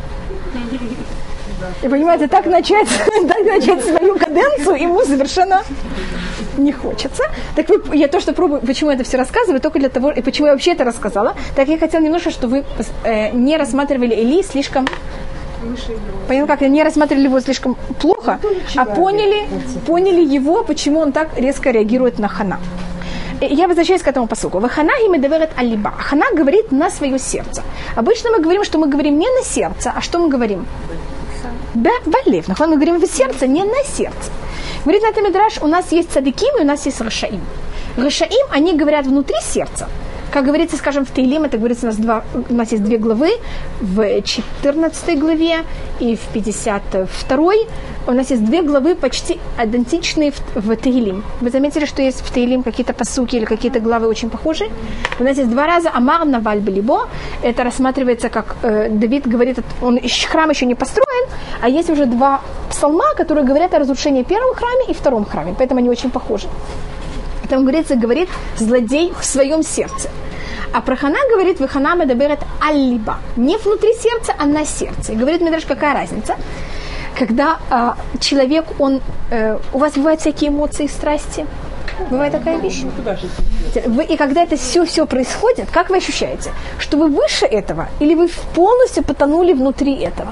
И понимаете, так начать, так начать свою каденцию ему совершенно не хочется. Так вы, я то, что пробую, почему я это все рассказываю, только для того, и почему я вообще это рассказала, так я хотела немножко, чтобы вы э, не рассматривали Эли слишком, понятно, как не рассматривали его слишком плохо, а поняли, поняли его, почему он так резко реагирует на Хана. Я возвращаюсь к этому посуку. Хана медаверет аль-либа. Хана говорит на свое сердце. Обычно мы говорим, что мы говорим не на сердце, а что мы говорим? Балев. Мы говорим в сердце, не на сердце. Говорит на это Мидраш, у нас есть цадиким и у нас есть рашаим. Рашаим, они говорят внутри сердца. Как говорится, скажем, в Теилим, это говорится, у нас, два, у нас есть две главы, в четырнадцатой главе и в пятьдесят второй у нас есть две главы почти идентичные в, в Теилим. Вы заметили, что есть в Теилим какие-то пасуки или какие-то главы очень похожие? У нас есть два раза Амар Наваль Белибо, это рассматривается, как э, Давид говорит, он храм еще не построен, а есть уже два псалма, которые говорят о разрушении в первом храме и втором храме, поэтому они очень похожи. Там говорится, говорит злодей в своем сердце. А про Хана говорит, вы Хана медаберет аль-либа. Не внутри сердца, а на сердце. И говорит Мидраш, какая разница? Когда э, человек, он... Э, у вас бывают всякие эмоции и страсти? Бывает такая вещь? Вы, и когда это все-все происходит, как вы ощущаете? Что вы выше этого? Или вы полностью потонули внутри этого?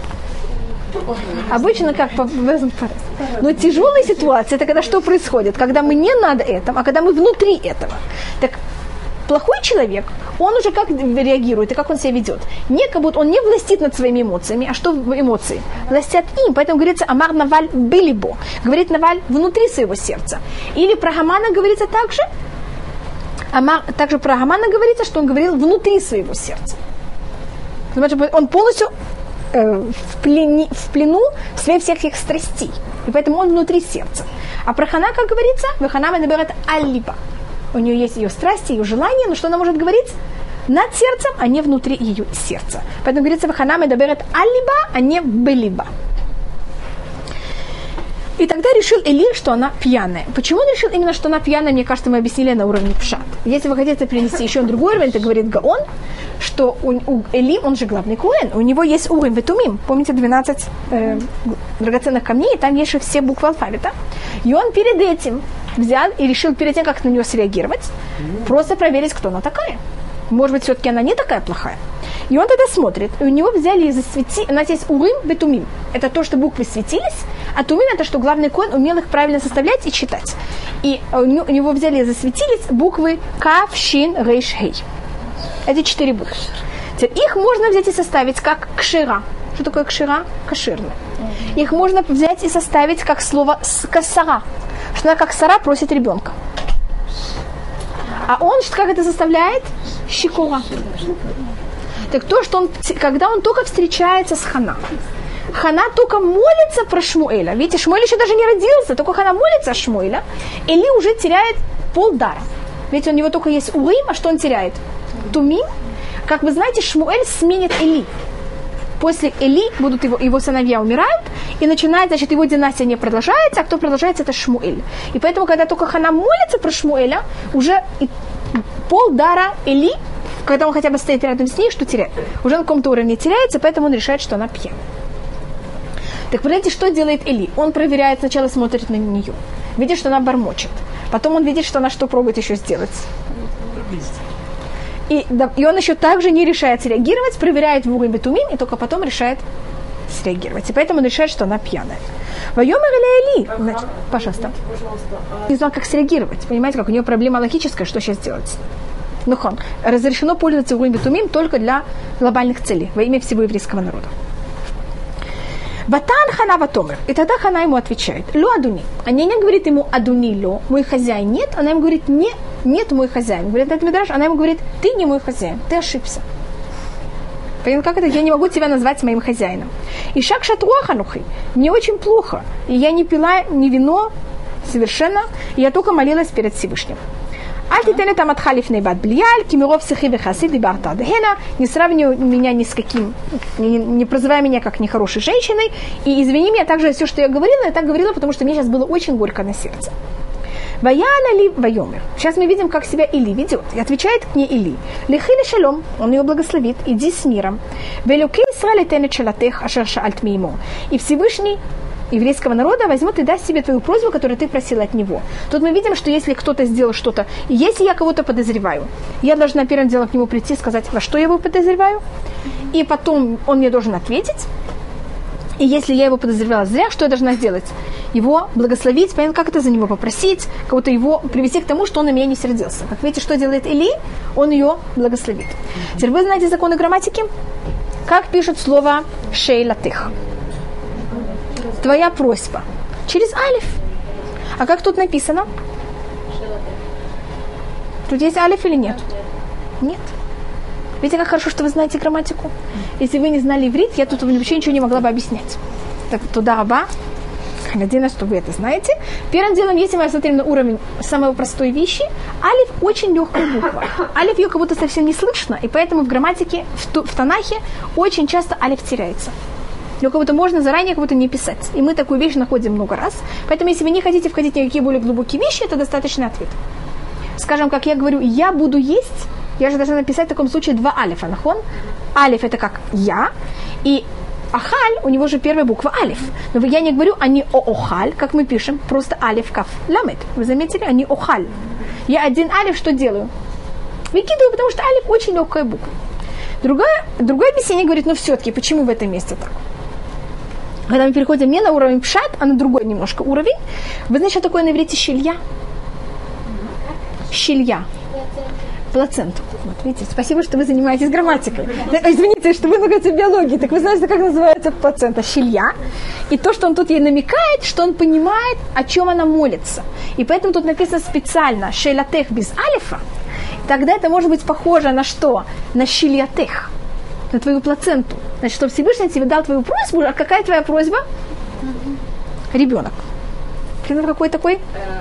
Обычно как по но тяжелая ситуация, это когда что происходит? Когда мы не над этим, а когда мы внутри этого. Так плохой человек, он уже как реагирует и как он себя ведет? Не как будто он не властит над своими эмоциями, а что эмоции? Властят им. Поэтому говорится Амар Наваль Белибо. Говорит Наваль внутри своего сердца. Или про Гамана говорится также. Амар, также про Гамана говорится, что он говорил внутри своего сердца. Он полностью в, плени, в плену своих всяких страстей. И поэтому он внутри сердца. А про Хана, как говорится, Хана набирает аль-либа. У нее есть ее страсти, ее желания, но что она может говорить? Над сердцем, а не внутри ее сердца. Поэтому говорится, Хана набирает аль-либа, а не белиба. И тогда решил Эли, что она пьяная. Почему он решил именно, что она пьяная, мне кажется, мы объяснили на уровне пшат. Если вы хотите принести еще другой уровень, это говорит Гаон, что у, у Эли, он же главный коэн, у него есть урим ветумим. Помните двенадцать э, драгоценных камней, и там есть же все буквы алфавита. И он перед этим взял и решил перед тем, как на нее среагировать, просто проверить, кто она такая. Может быть, все-таки она не такая плохая. И он тогда смотрит, и у него взяли и засветили, у нас есть урим бетумим. Это то, что буквы светились, а тумим это, что главный коэн умел их правильно составлять и читать. И у него взяли и засветились буквы Кав, Шин, Рейш, Хей. Эти четыре буквы. Их можно взять и составить как кшира. Что такое кшира? Кошерно. Их можно взять и составить как слово касара. Что она как сара просит ребенка. А он как это составляет? Щекура. Так то, что он, когда он только встречается с Хана, Хана только молится про Шмуэля. Видите, Шмуэль еще даже не родился, только Хана молится о Шмуэля. Эли уже теряет полдара. Ведь у него только есть урим, а что он теряет? Тумим. Как вы знаете, Шмуэль сменит Эли. После Эли будут его, его сыновья умирают, и начинает, значит, его династия не продолжается, а кто продолжается, это Шмуэль. И поэтому, когда только Хана молится про Шмуэля, уже полдара Эли, когда он хотя бы стоит рядом с ней, что теряет? Уже на каком-то уровне теряется, поэтому он решает, что она пьяна. Так, понимаете, что делает Эли? Он проверяет, сначала смотрит на нее, видит, что она бормочет. Потом он видит, что она что пробует еще сделать. И, да, и он еще также не решает среагировать, проверяет в урим бетумим, и только потом решает среагировать. И поэтому он решает, что она пьяная. Вайомер или Эли? Значит, пожалуйста. Не знал, как среагировать. Понимаете, как у нее проблема логическая, что сейчас делать? Ну, хон, разрешено пользоваться урим бетумим только для глобальных целей, во имя всего еврейского народа. Ватан Хана ватомер. И тогда Хана ему отвечает: Ло адуни. Она не говорит ему адуни ло, мой хозяин нет. Она ему говорит: не, нет мой хозяин. Говорит, это Мидраш. Она ему говорит: ты не мой хозяин, ты ошибся. Понятно, как это? Я не могу тебя назвать моим хозяином. И шак шатруаханухи. Мне очень плохо. И я не пила ни вино совершенно. И я только молилась перед Всевышним. Альтитене там отхалиф нейбат блияль, кимиров сихи вехаси дебарта дхена. Не сравнивай меня ни с каким, не, не прозывай меня как нехорошей женщиной. И извини меня также все, что я говорила, я так говорила, потому что мне сейчас было очень горько на сердце. Ваяна ли вайомер. Сейчас мы видим, как себя Или ведет. И отвечает к ней Или. Лихили шалом. Он ее благословит. Иди с миром. Велюки Исраэль тенет шалатех ашерша альтмеймо. И Всевышний еврейского народа возьмет и даст себе твою просьбу, которую ты просила от него. Тут мы видим, что если кто-то сделал что-то, и если я кого-то подозреваю, я должна первым делом к нему прийти и сказать, во что я его подозреваю, и потом он мне должен ответить. И если я его подозревала зря, что я должна сделать? Его благословить, понятно, как это за него попросить, кого-то его привести к тому, что он на меня не сердился. Как видите, что делает Или? Он ее благословит. Теперь вы знаете законы грамматики? Как пишут слово «шейлатых»? Твоя просьба. Через алиф. А как тут написано? Тут есть алиф или нет? Нет. Видите, как хорошо, что вы знаете грамматику? Если вы не знали иврит, я тут вообще ничего не могла бы объяснять. Так, туда раба. Надеюсь, что вы это знаете. Первым делом, если мы рассмотрим на уровень самой простой вещи, алиф очень легкая буква. Алиф ее как будто совсем не слышно, и поэтому в грамматике, в, ту, в Танахе очень часто алиф теряется. Его как будто можно заранее как будто не писать. И мы такую вещь находим много раз. Поэтому, если вы не хотите входить в никакие более глубокие вещи, это достаточный ответ. Скажем, как я говорю, я буду есть, я же должна написать в таком случае два алифа. Нахон? Алиф это как я, и ахаль, у него же первая буква алиф. Но я не говорю, они о-охаль, как мы пишем, просто алиф каф ламет. Вы заметили? Они охаль. Я один алиф что делаю? Выкидываю, потому что алиф очень легкая буква. Другое, другое объяснение говорит, но все-таки, почему в этом месте так? Когда мы переходим не на уровень пшат, а на другой немножко уровень, вы знаете, что такое на иврите щилья? Щилья. Плаценту. Вот, видите, спасибо, что вы занимаетесь грамматикой. Извините, что вы называете биологией, так вы знаете, как называется плацента? Щилья. И то, что он тут ей намекает, что он понимает, о чем она молится. И поэтому тут написано специально «шейлатех» без алифа. Тогда это может быть похоже на что? На щильятех. На твою плаценту. Значит, что Всевышний тебе дал твою просьбу, а какая твоя просьба? Ребенок. Какой такой?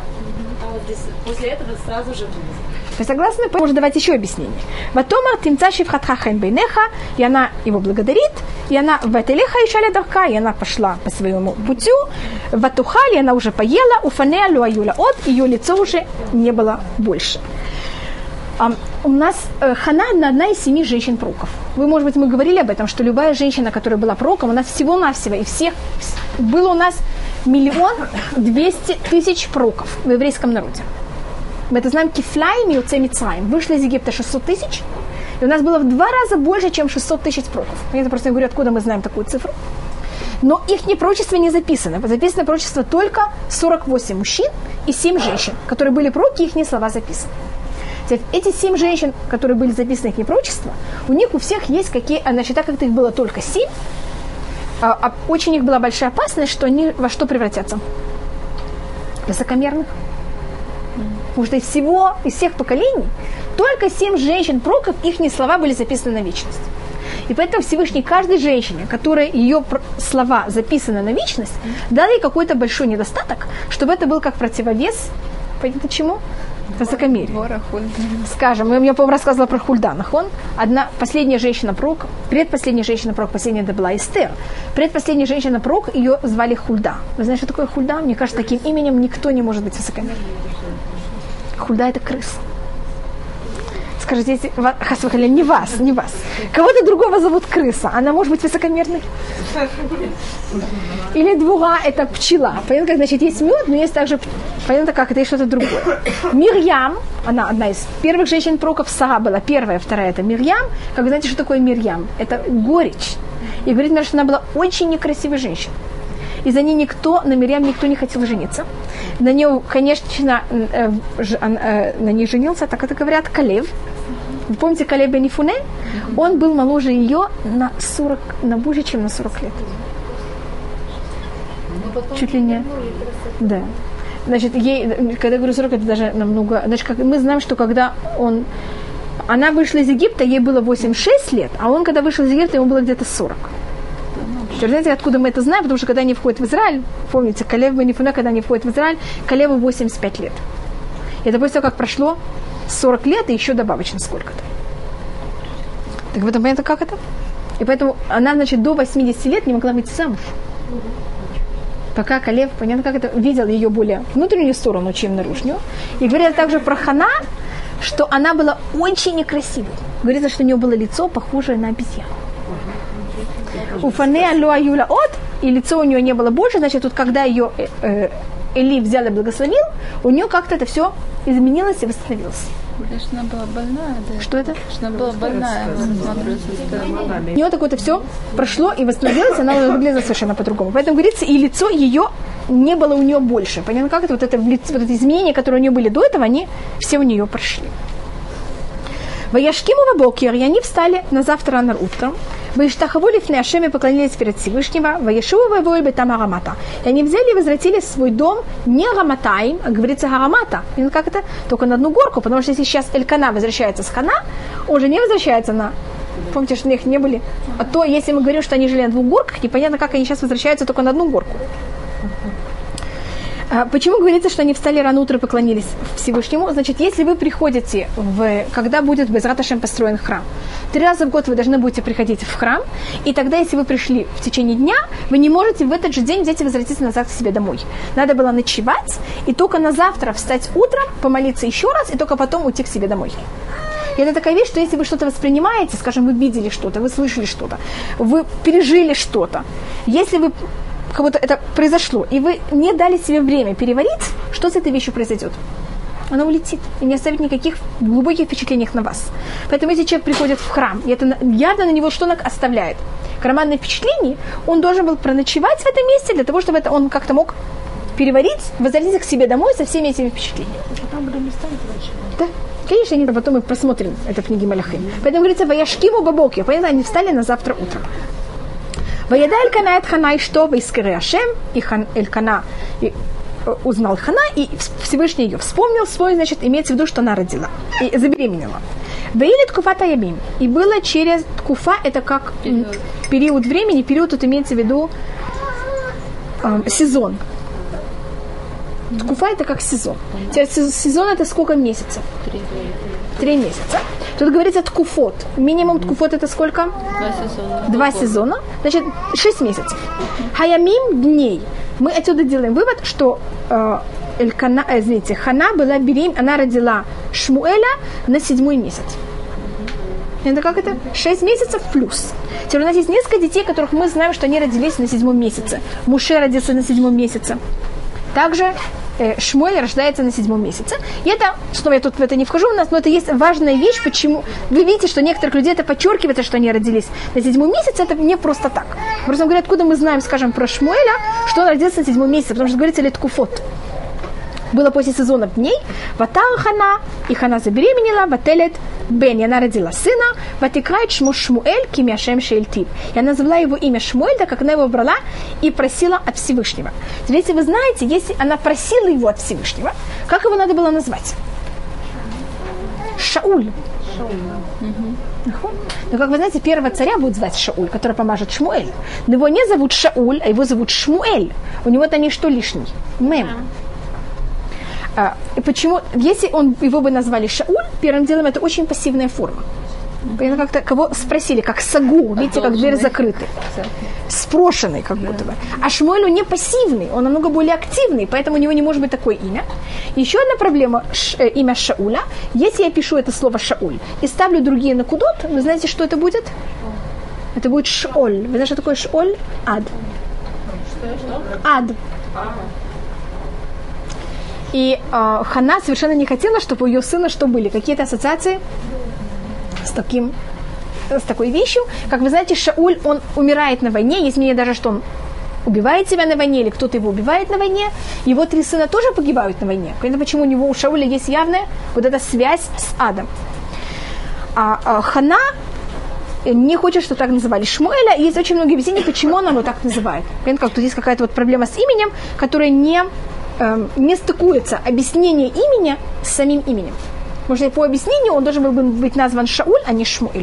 А вот здесь после этого сразу же... Вы согласны? Можно давать еще объяснение. Ватомар тимца шифхатха хэн бейнеха, и она его благодарит, и она вателеха и шаля дарка, и она пошла по своему путю, ватухали, она уже поела, уфанея луаюля от, ее лицо уже не было больше. Um, у нас э, Хана одна из семи женщин-пророков. Вы, может быть, мы говорили об этом, что любая женщина, которая была пророком, у нас всего-навсего, и всех, было у нас миллион двести тысяч пророков в еврейском народе. Мы это знаем, кифляем и уцей Мицраим. Вышли из Египта шестьсот тысяч, и у нас было в два раза больше, чем шестьсот тысяч пророков. Я просто говорю, откуда мы знаем такую цифру. Но их пророчество не записано. Записано пророчество только сорок восемь мужчин и семь женщин, которые были пророки, их слова записаны. Эти семь женщин, которые были записаны их пророчества, у них у всех есть какие, значит, так как их было только семь, а, а очень у них была большая опасность, что они во что превратятся? Высокомерных. Потому что из всего, из всех поколений, только семь женщин-пророков, их слова были записаны на вечность. И поэтому Всевышний каждой женщине, которой ее слова записаны на вечность, дал ей какой-то большой недостаток, чтобы это был как противовес. Понятно чему? Высокомерие. Скажем, я, по-моему, рассказывала про Хульда. Он одна, последняя женщина-пророк, предпоследняя женщина-пророк, последняя это была Эстер. Предпоследняя женщина-пророк, ее звали Хульда. Вы знаете, что такое Хульда? Мне кажется, таким именем никто не может быть высокомерным. Хульда – это крыса. Скажите, если, хасвахаля, не вас, не вас. Кого-то другого зовут крыса. Она может быть высокомерной? Или двуга – это пчела. Понятно, как, значит, есть мед, но есть также, понятно, как это есть что-то другое. Мирьям, она одна из первых женщин-пророков, Сара была первая, вторая – это Мирьям. Как вы знаете, что такое Мирьям? Это горечь. И говорит, что она была очень некрасивой женщиной. И за ней никто, на Мирьям никто не хотел жениться. На нее, конечно, на ней женился, так это говорят, Калев. Вы помните Калев бен Ифуне? Он был моложе ее на сорок, на больше, чем на сорок лет. Чуть ли не. Да. Значит, ей, когда я говорю сорок, это даже намного. Значит, как, мы знаем, что когда он. Она вышла из Египта, ей было восемьдесят шесть лет, а он, когда вышел из Египта, ему было где-то сорок. Теперь, знаете, откуда мы это знаем? Потому что когда они входят в Израиль, помните, Калев бен Ифуне, когда они входят в Израиль, Калеву восемьдесят пять лет. И это после того, как прошло сорок лет и еще добавочно сколько-то. Так в этом понятно, как это? И поэтому она, значит, до восьмидесяти лет не могла выйти замуж. Пока Калев, понятно, как это, видел ее более внутреннюю сторону, чем наружную. И говорят также про Хана, что она была очень некрасивой. Говорится, что у нее было лицо, похожее на обезьяну. У Фанея Луа Юля от, и лицо у нее не было больше, значит, тут когда ее э, Эли взял и благословил, у нее как-то это все изменилось и восстановилось. Конечно, она была больная, да? Что это? Что она была больная, у нее такое-то все прошло и восстановилось, она выглядела совершенно по-другому. Поэтому говорится, и лицо ее не было у нее больше. Понятно, как это? Вот это, вот это изменения, которые у нее были до этого, они все у нее прошли. Ваяшкиму вабокер, и они встали на завтра рано утром. Ваиштахаву лифней Ашем и поклонились перед Всевышнего. Ваяшиву вавой бетам Арамата. И они взяли и возвратились в свой дом не Раматаим, а говорится Арамата. И как это? Только на одну горку, потому что если сейчас Элькана возвращается с Хана, он же не возвращается на... Помните, что у них не были? А то, если мы говорим, что они жили на двух горках, непонятно, как они сейчас возвращаются только на одну горку. Почему говорится, что они встали рано утром и поклонились Всевышнему? Значит, если вы приходите, в, когда будет Безрат Ашем построен храм, три раза в год вы должны будете приходить в храм, и тогда, если вы пришли в течение дня, вы не можете в этот же день взять и возвратиться назад к себе домой. Надо было ночевать, и только на завтра встать утром, помолиться еще раз, и только потом уйти к себе домой. И это такая вещь, что если вы что-то воспринимаете, скажем, вы видели что-то, вы слышали что-то, вы пережили что-то, если вы как будто это произошло, и вы не дали себе время переварить, что с этой вещью произойдет? Она улетит и не оставит никаких глубоких впечатлений на вас. Поэтому если человек приходит в храм, и это явно на него что-то оставляет, карманное впечатление, он должен был проночевать в этом месте для того, чтобы это он как-то мог переварить, возвратиться к себе домой со всеми этими впечатлениями. А там были места, да? Конечно, они потом мы просмотрим это в книге Малахим. Поэтому говорится, «Ваяшкиму бабоки». Понятно, они встали на завтра утром. «Ваяда Элькана эт Хана и что? Ваискаре Ашем». И Элькана узнал Хана, и Всевышний ее вспомнил. Свой, значит, имеется в виду, что она родила. И забеременела. «Ваили ткуфа таямим». И было через ткуфа, это как период, период времени. Период тут имеется в виду э, сезон. Ткуфа это как сезон. Теперь сезон это сколько месяцев? Три. Три месяца. Тут говорится ткуфот. Минимум ткуфот это сколько? Два сезона. Два сезона. Значит, шесть месяцев. Хаямим дней. Мы отсюда делаем вывод, что э, Элькана, э, извините, Хана была беременна, она родила Шмуэля на седьмой месяц. Это как это? Шесть месяцев плюс. Теперь у нас есть несколько детей, которых мы знаем, что они родились на седьмом месяце. Муше родился на седьмом месяце. Также э, Шмуэль рождается на седьмом месяце. И это, снова я тут в это не вхожу у нас, но это есть важная вещь, почему... Вы видите, что некоторых людей это подчеркивается, что они родились на седьмом месяце, это не просто так. Просто говорят, откуда мы знаем, скажем, про Шмуэля, что он родился на седьмом месяце, потому что говорится леткуфот. Было после сезона дней, ватара Хана, и Хана забеременела, вателет Бен, и она родила сына, ватикрает шмо Шмуэль, кимяшем шейльтив. И она назвала его имя Шмуэль, так как она его брала и просила от Всевышнего. Теперь, если вы знаете, если она просила его от Всевышнего, как его надо было назвать? Шауль. Шауль. Угу. Но, как вы знаете, первого царя будет звать Шауль, который помажет Шмуэль. Но его не зовут Шауль, а его зовут Шмуэль. У него там есть что лишний? Мем. А, и почему, если он, его бы назвали Шауль, первым делом это очень пассивная форма. Mm-hmm. Как-то кого спросили, как Сагу, видите, как дверь закрыта. Спрошенный как будто бы. А Шмуэль не пассивный, он намного более активный, поэтому у него не может быть такое имя. Еще одна проблема, ш, э, имя Шауля. Если я пишу это слово Шауль и ставлю другие накудот, вы знаете, что это будет? Это будет Шоль. Вы знаете, что такое Шоль? Ад. Ад. И э, Хана совершенно не хотела, чтобы у ее сына что были? Какие-то ассоциации с таким, с такой вещью. Как вы знаете, Шауль, он умирает на войне. Есть мнение даже, что он убивает себя на войне, или кто-то его убивает на войне. Его три сына тоже погибают на войне. Понятно, почему у него, у Шауля есть явная вот эта связь с адом. А, а Хана не хочет, чтобы так называли Шмуэля. И есть очень много объяснений, почему она его так называет. Понятно, как тут есть какая-то вот проблема с именем, которая не... не стыкуется объяснение имени с самим именем. Потому что по объяснению он должен был быть назван Шауль, а не Шмуэль.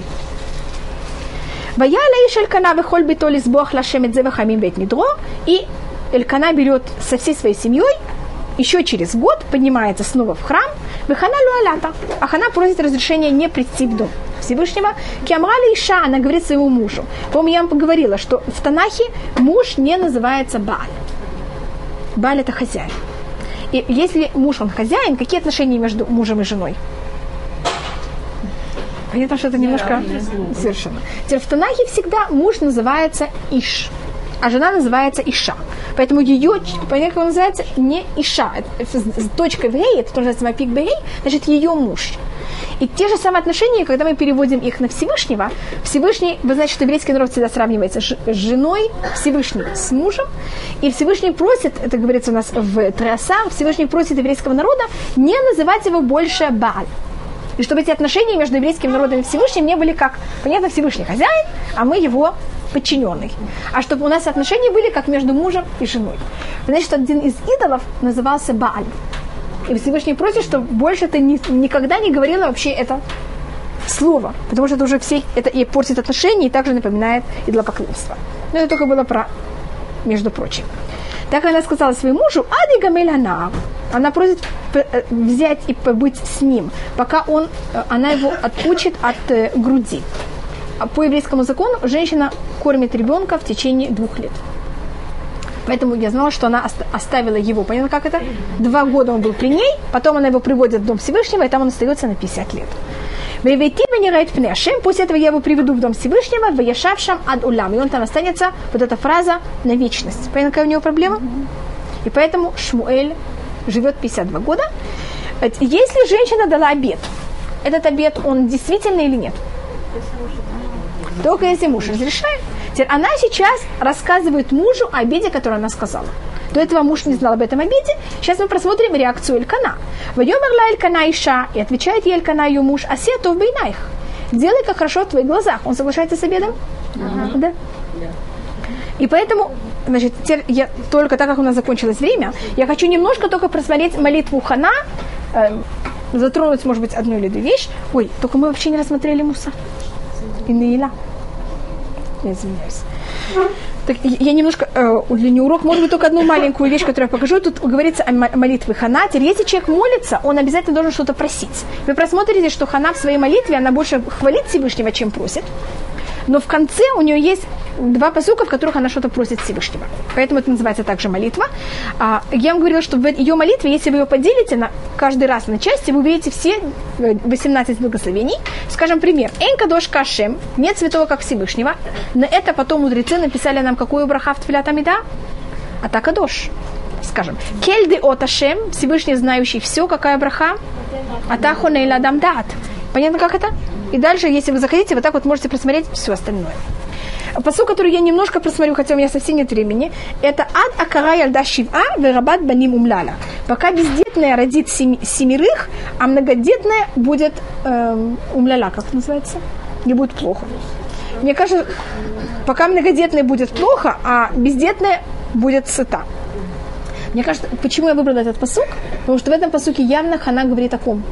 И Элькана берет со всей своей семьей, еще через год поднимается снова в храм, а Хана просит разрешения не прийти в дом Всевышнего. Киамрали Иша, она говорит своему мужу. Помню, я вам поговорила, что в Танахе муж не называется Бааль. Бааль – это хозяин. И если муж, он хозяин, какие отношения между мужем и женой? Понятно, что это немножко совершенно. Теперь в Танахе всегда муж называется Иш, а жена называется Иша. Поэтому ее, понятно, как он называется, не Иша. С точкой в гей, это тоже называется мапик бегей, значит, ее муж. И те же самые отношения, когда мы переводим их на Всевышнего, Всевышний, вы знаете, что еврейский народ всегда сравнивается с женой, Всевышний с мужем, и Всевышний просит, это говорится у нас в Триаса, Всевышний просит еврейского народа не называть его больше Бааль. И чтобы эти отношения между еврейским народом и Всевышним не были как, понятно, Всевышний хозяин, а мы его подчиненный. А чтобы у нас отношения были как между мужем и женой. Вы знаете, что один из идолов назывался Бааль. И Всевышний просит, чтобы больше ты ни, никогда не говорила вообще это слово, потому что это уже все, это и портит отношения, и также напоминает идолопоклонство. Но это только было про, между прочим. Так она сказала своему мужу, ади гамель хана. Она просит взять и побыть с ним, пока он, она его отучит от э, груди. По еврейскому закону женщина кормит ребенка в течение двух лет. Поэтому я знала, что она оставила его. Понятно, как это? Два года он был при ней, потом она его приводит в Дом Всевышнего, и там он остается на пятьдесят лет. После этого я его приведу в Дом Всевышнего, ваяшавшам ад улам. И он там останется, вот эта фраза, на вечность. Понятно, какая у него проблема? И поэтому Шмуэль живет пятьдесят два года. Если женщина дала обет, этот обет, он действительный или нет? Только если муж разрешает. Теперь она сейчас рассказывает мужу о обеде, который она сказала. До этого муж не знал об этом обеде. Сейчас мы просмотрим реакцию Элькана. «Вайомерла Элькана иша», и отвечает ей Элькана, ее муж, «Асе то в бейнайх». «Делай, как хорошо в твоих глазах». Он соглашается с обедом? Uh-huh. Да. Yeah. И поэтому, значит, теперь я только так, как у нас закончилось время, я хочу немножко только просмотреть молитву Хана, э, затронуть, может быть, одну или две вещи. Ой, только мы вообще не рассмотрели Муса и Наиля. Я извиняюсь. Так, я немножко э, удлиню урок. Может быть, только одну маленькую вещь, которую я покажу. Тут говорится о молитве Хана. Теперь, если человек молится, он обязательно должен что-то просить. Вы просмотрите, что Хана в своей молитве, она больше хвалит Всевышнего, чем просит. Но в конце у нее есть два пасука, в которых она что-то просит Всевышнего. Поэтому это называется также молитва. А, я вам говорила, что в ее молитве, если вы ее поделите на каждый раз на части, вы увидите все восемнадцать благословений. Скажем, пример. «Эн кадош кашем», нет святого, как Всевышнего. На это потом мудрецы написали нам, какую браха в тфилят амида? Ата кадош. Скажем, «Кель де оташем», Всевышний, знающий все, какая браха? «Ата хоней ладам дат». Понятно, как это? И дальше, если вы захотите, вы так вот можете просмотреть все остальное. Пасук, который я немножко просмотрю, хотя у меня совсем нет времени, это «Ад акара ялда шив'a верабат баним умляла». Пока бездетная родит семи, семерых, а многодетная будет эм, умляла, как это называется? Не будет плохо. Мне кажется, пока многодетная будет плохо, а бездетная будет сыта. Мне кажется, почему я выбрала этот пасук? Потому что в этом пасуке явно Хана говорит о ком?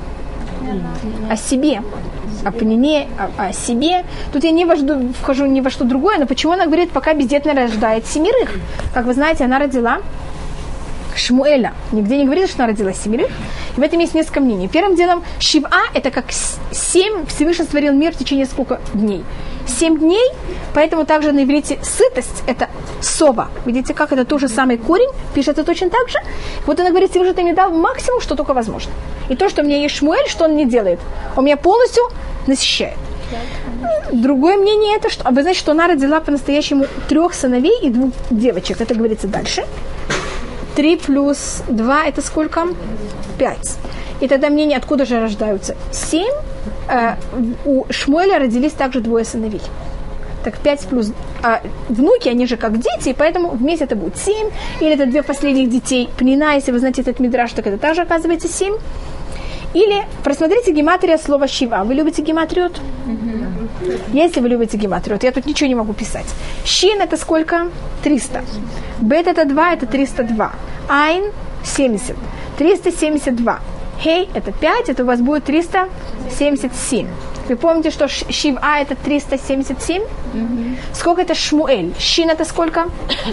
О себе. О пнине, о, о себе. Тут я не вожду, вхожу ни во что другое, но почему она говорит, пока бездетная рождает семерых? Как вы знаете, она родила Шмуэля. Нигде не говорится, что она родила семерых. И в этом есть несколько мнений. Первым делом, Шив'a – это как семь, Всевышний створил мир в течение сколько дней? Семь дней, поэтому также на иврите сытость – это сова. Видите, как это тот же самый корень, пишется точно так же. Вот она говорит, Всевышний ты мне дал максимум, что только возможно. И то, что у меня есть Шмуэль, что он не делает? Он меня полностью насыщает. Другое мнение это, что, а вы знаете, что она родила по-настоящему трех сыновей и двух девочек. Это говорится дальше. Три плюс два это сколько? Пять. И тогда мнение, откуда же рождаются? Семь. Э, у Шмуэля родились также двое сыновей. Так пять плюс а внуки, они же как дети, и поэтому вместе это будет семь. Или это две последних детей. Пнина, если вы знаете этот мидраш, так это также оказывается семь. Или просмотрите гематрия слова «шива». Вы любите гематрию? Mm-hmm. Если вы любите гематрию, я тут ничего не могу писать. Шин – это сколько? триста. Бет – это два, это триста два. Айн – семьдесят. триста семьдесят два. Хей – это пять, это у вас будет триста семьдесят семь. Вы помните, что Шив'a – это триста семьдесят семь? Mm-hmm. Сколько это Шмуэль? Шин – это сколько?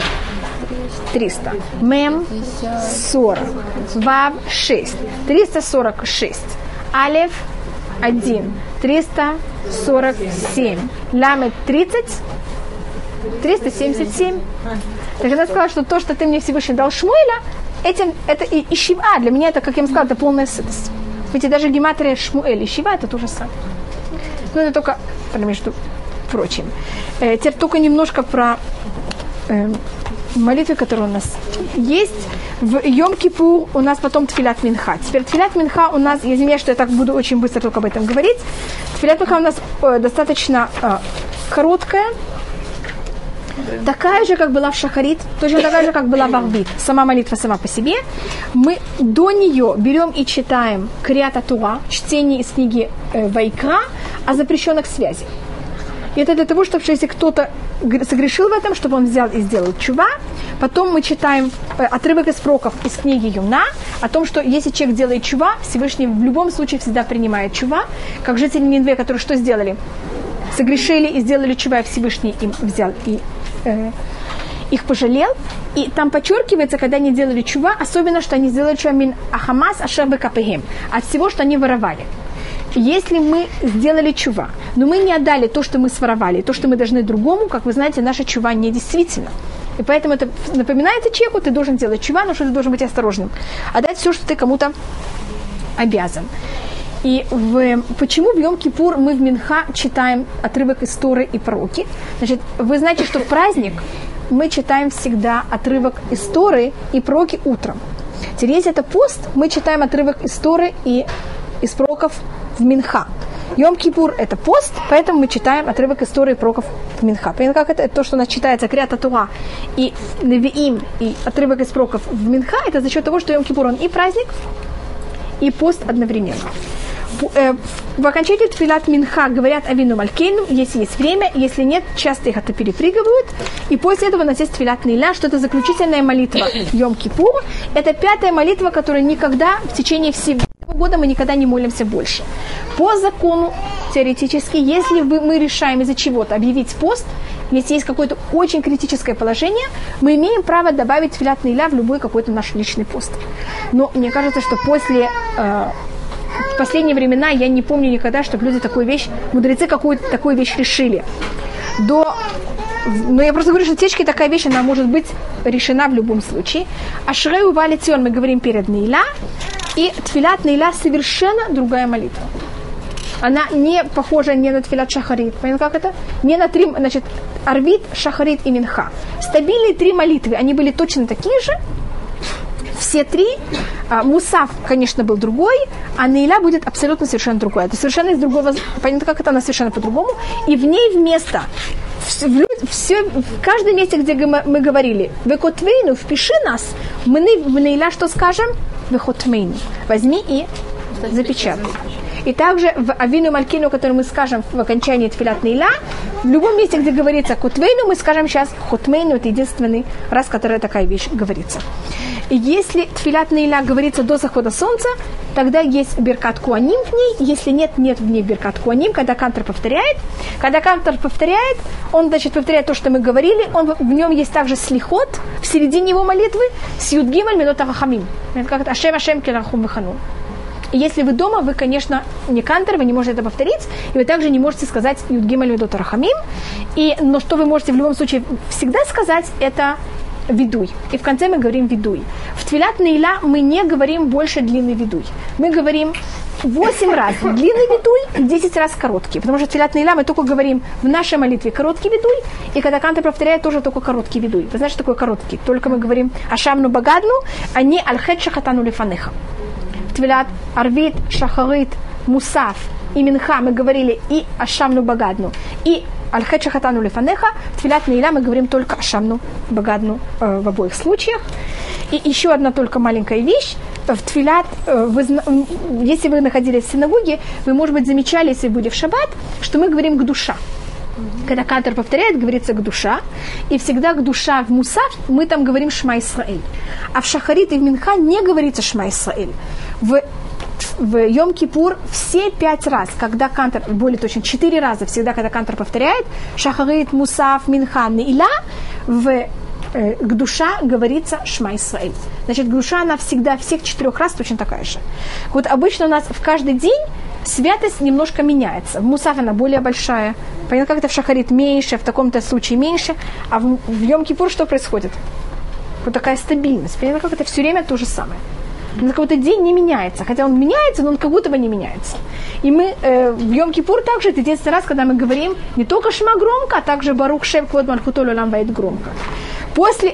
триста. Мем – сорок. Вав – шесть. триста сорок шесть. Алеф – один. триста сорок семь. Ламет – тридцать. триста семьдесят семь. Так она сказала, что то, что ты мне Всевышний дал Шмуэля, этим, это и, и Шив'a. Для меня это, как я вам сказала, это полная сытость. Ведь даже гематрия Шмуэль и Шив'a – это то же самое. Ну, это только, между прочим. Э, теперь только немножко про э, молитвы, которые у нас есть. В Йом-Кипур у нас потом Тфилят Минха. Теперь Тфилят Минха у нас, я извиняюсь, что я так буду очень быстро только об этом говорить. Тфилят Минха у нас э, достаточно э, короткая. Такая же, как была в Шахарит, точно такая же, как была в Арбит. Сама молитва сама по себе. Мы до нее берем и читаем Криат а-Тура, чтение из книги э, Вайкра о запрещенных связях. И это для того, чтобы если кто-то согрешил в этом, чтобы он взял и сделал чува. Потом мы читаем отрывок из пророков из книги Юна о том, что если человек делает чува, Всевышний в любом случае всегда принимает чува. Как жители Нинве, которые что сделали? Согрешили и сделали чува, и Всевышний им взял и э, их пожалел. И там подчеркивается, когда они делали чува, особенно, что они сделали чува мин ахамас ашер бекапехем, от всего, что они воровали. Если мы сделали чува, но мы не отдали то, что мы своровали, то, что мы должны другому, как вы знаете, наша чува не действительно. И поэтому это напоминается человеку, ты должен делать чува, но что ты должен быть осторожным. Отдать все, что ты кому-то обязан. И в, почему в Йом-Кипур мы в Минха читаем отрывок из Торы и пророки? Значит, вы знаете, что в праздник мы читаем всегда отрывок из Торы и пророки утром. Теперь, если это пост, мы читаем отрывок из Торы и из пророков в Минха. Йом-Кипур – это пост, поэтому мы читаем отрывок из Торы и пророков в Минха. Понятно, как это? Это то, что у нас читается Крията Тура и Невиим, и отрывок из пророков в Минха, это за счет того, что Йом-Кипур, он и праздник, и пост одновременно. В окончании тфилат Минха говорят Авину Малькейну, если есть время, если нет, часто их это перепрыгивают. И после этого у нас есть тфилат Нейла, что это заключительная молитва Йом-Кипур. Это пятая молитва, которая никогда в течение всего года мы никогда не молимся больше. По закону, теоретически, если вы, мы решаем из-за чего-то объявить пост, если есть какое-то очень критическое положение, мы имеем право добавить тфилат Нейла в любой какой-то наш личный пост. Но мне кажется, что после... Э, в последние времена я не помню никогда, чтобы люди такую вещь, мудрецы какую-то такую вещь решили. До, но я просто говорю, что течки такая вещь, она может быть решена в любом случае. Ашрей ува лецион мы говорим перед Нейла, и тфилат Нейла совершенно другая молитва. Она не похожа ни на тфилат шахарит. Понятно, как это? Не на три, значит, арвит, шахарит и минха. Стабильные три молитвы, они были точно такие же. Все три. А, Мусав, конечно, был другой, а Нейла будет абсолютно совершенно другой. Это совершенно из другого... Понятно, как это? Она совершенно по-другому. И в ней вместо... В, в, все, в каждом месте, где мы, мы говорили «Векотвейну», «Впиши нас», мы в Нейла что скажем? «Вехотмейну». Возьми и запечатай. И также в Авину Малькейну, который мы скажем в окончании тфилат Нейла, в любом месте, где говорится «Котвейну», мы скажем сейчас «Хотмейну». Это единственный раз, когда такая вещь говорится. И если тфилат Нейла говорится до захода солнца, тогда есть Беркат Куаним в ней. Если нет, нет в ней Беркат Куаним, когда кантор повторяет. Когда кантор повторяет, он, значит, повторяет то, что мы говорили. Он, в нем есть также слихот в середине его молитвы с Юд Гимель Минот Ахахамим. Это как Ашем Ашем Келархум Вехану. Если вы дома, вы, конечно, не кантор, вы не можете это повторить, и вы также не можете сказать Юд Гимель Минот Ахахамим. И, но что вы можете в любом случае всегда сказать, это видуй. И в конце мы говорим видуй. В тфилат Нейла мы не говорим больше длинный видуй. Мы говорим восемь раз длинный видуй и десять раз короткий. Потому что в тфилат Нейла мы только говорим в нашей молитве короткий видуй, и когда кантор повторяет, тоже только короткий видуй. Вы знаете, что такое короткий? Только мы говорим ашамну багадну, а не аль-хет шахатану лифанеха. Тфилат арвит, шахарит, мусав и минха мы говорили и ашамну багадну, и аль-хет шахатану лифанеха. В тфилат Нейла мы говорим только ашамну багадну э, в обоих случаях. И еще одна только маленькая вещь. В тфилат, э, вы, если вы находились в синагоге, вы, может быть, замечали, если были в шаббат, что мы говорим к душа. Когда кантор повторяет, говорится к душа. И всегда к душа в мусав мы там говорим Шма Исраэль. А в шахарит и в минха не говорится Шма Исраэль. В В Йом-Кипур все пять раз, когда кантор, более точно, четыре раза всегда, когда кантор повторяет, шахарит, мусав, минха, неиля, в э, к душа говорится Шма Исраэль. Значит, к душа она всегда, всех четырех раз точно такая же. Вот обычно у нас в каждый день святость немножко меняется. В мусав она более большая, понятно, как это в шахарит меньше, в таком-то случае меньше, а в, в Йом-Кипур что происходит? Вот такая стабильность. Понятно, как это все время то же самое. На какой-то день не меняется. Хотя он меняется, но он как будто бы не меняется. И мы э, в Йом-Кипур также, это единственный раз, когда мы говорим не только Шма громко, а также Барух Шем Квод Мальхуто Лолам Ваид громко. После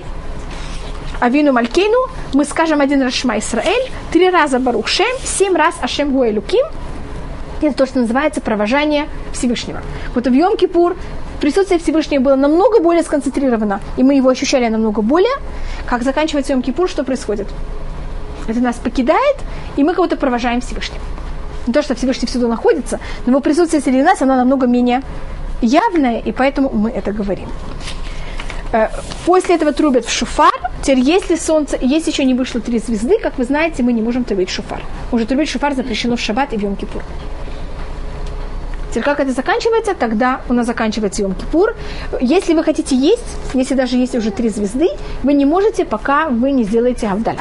Авину Малькейну мы скажем один раз Шма Исраэль, три раза Барух Шем, семь раз Ашем Гуэй Луким. Это то, что называется провожание Всевышнего. Вот в Йом-Кипур присутствие Всевышнего было намного более сконцентрировано, и мы его ощущали намного более. Как заканчивается Йом-Кипур, что происходит? Это нас покидает, и мы кого-то провожаем Всевышнего. Не то, что Всевышний всюду находится, но его присутствие среди нас, оно намного менее явное, и поэтому мы это говорим. После этого трубят в шофар. Теперь, если солнце, если еще не вышло три звезды, как вы знаете, мы не можем трубить шофар. Уже трубить шофар запрещено в шаббат и в Йом-Кипур. Теперь, как это заканчивается? Тогда у нас заканчивается Йом-Кипур. Если вы хотите есть, если даже есть уже три звезды, вы не можете, пока вы не сделаете авдаля.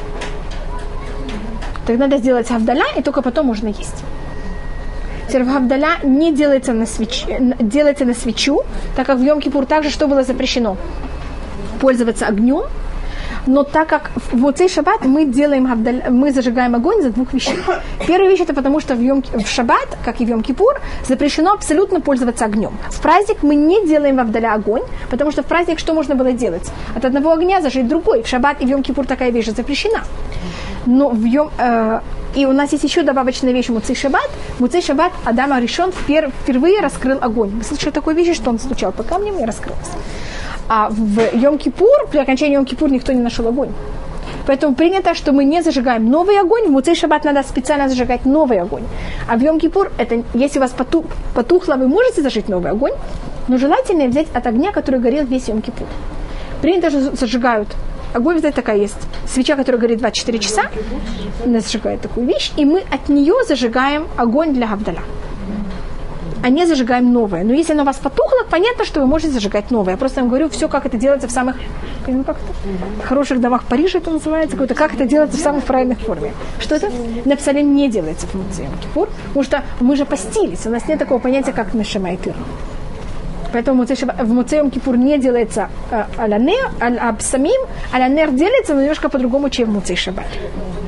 Тогда надо сделать авдаля, и только потом можно есть. Теперь авдаля не делается на, свеч... делается на свечу, так как в Йом-Кипур также что было запрещено? Пользоваться огнем. Но так как в Моцей Шаббат мы делаем авдаля, мы зажигаем огонь за двух вещей. Первая вещь это потому, что в, Йом... в Шаббат, как и в Йом-Кипур, запрещено абсолютно пользоваться огнем. В праздник мы не делаем авдаля огонь, потому что в праздник что можно было делать? От одного огня зажечь другой. В Шаббат и в Йом-Кипур такая вещь запрещена. Но в Йом... Э... И у нас есть еще добавочная вещь в Моцей Шаббат. В Моцей Шаббат Адам Аришон впер... впервые раскрыл огонь. Вы слышали такой вещи, что он стучал по камням и раскрылся. А в Йом-Кипур, при окончании Йом-Кипур никто не нашел огонь. Поэтому принято, что мы не зажигаем новый огонь. В Моцей Шаббат надо специально зажигать новый огонь. А в Йом-Кипур, это, если у вас потух, потухло, вы можете зажечь новый огонь, но желательно взять от огня, который горел весь Йом-Кипур. Принято, что зажигают огонь, знаете, такая есть свеча, которая горит двадцать четыре часа. Она зажигает такую вещь, и мы от нее зажигаем огонь для авдаля. А не зажигаем новое. Но если оно у вас потухло, понятно, что вы можете зажигать новое. Я просто вам говорю все, как это делается в самых ну, как это, хороших домах Парижа, это называется, какое-то, как это делается в самой правильной форме. Что это? На Псалим не делается в Моцей Йом-Кипур, потому что мы же постились, у нас нет такого понятия, как Нешама и Тира. Поэтому в Моцей Йом-Кипур не делается алянер, а самим алянер делается, но немножко по-другому, чем в Моцей Шаббат.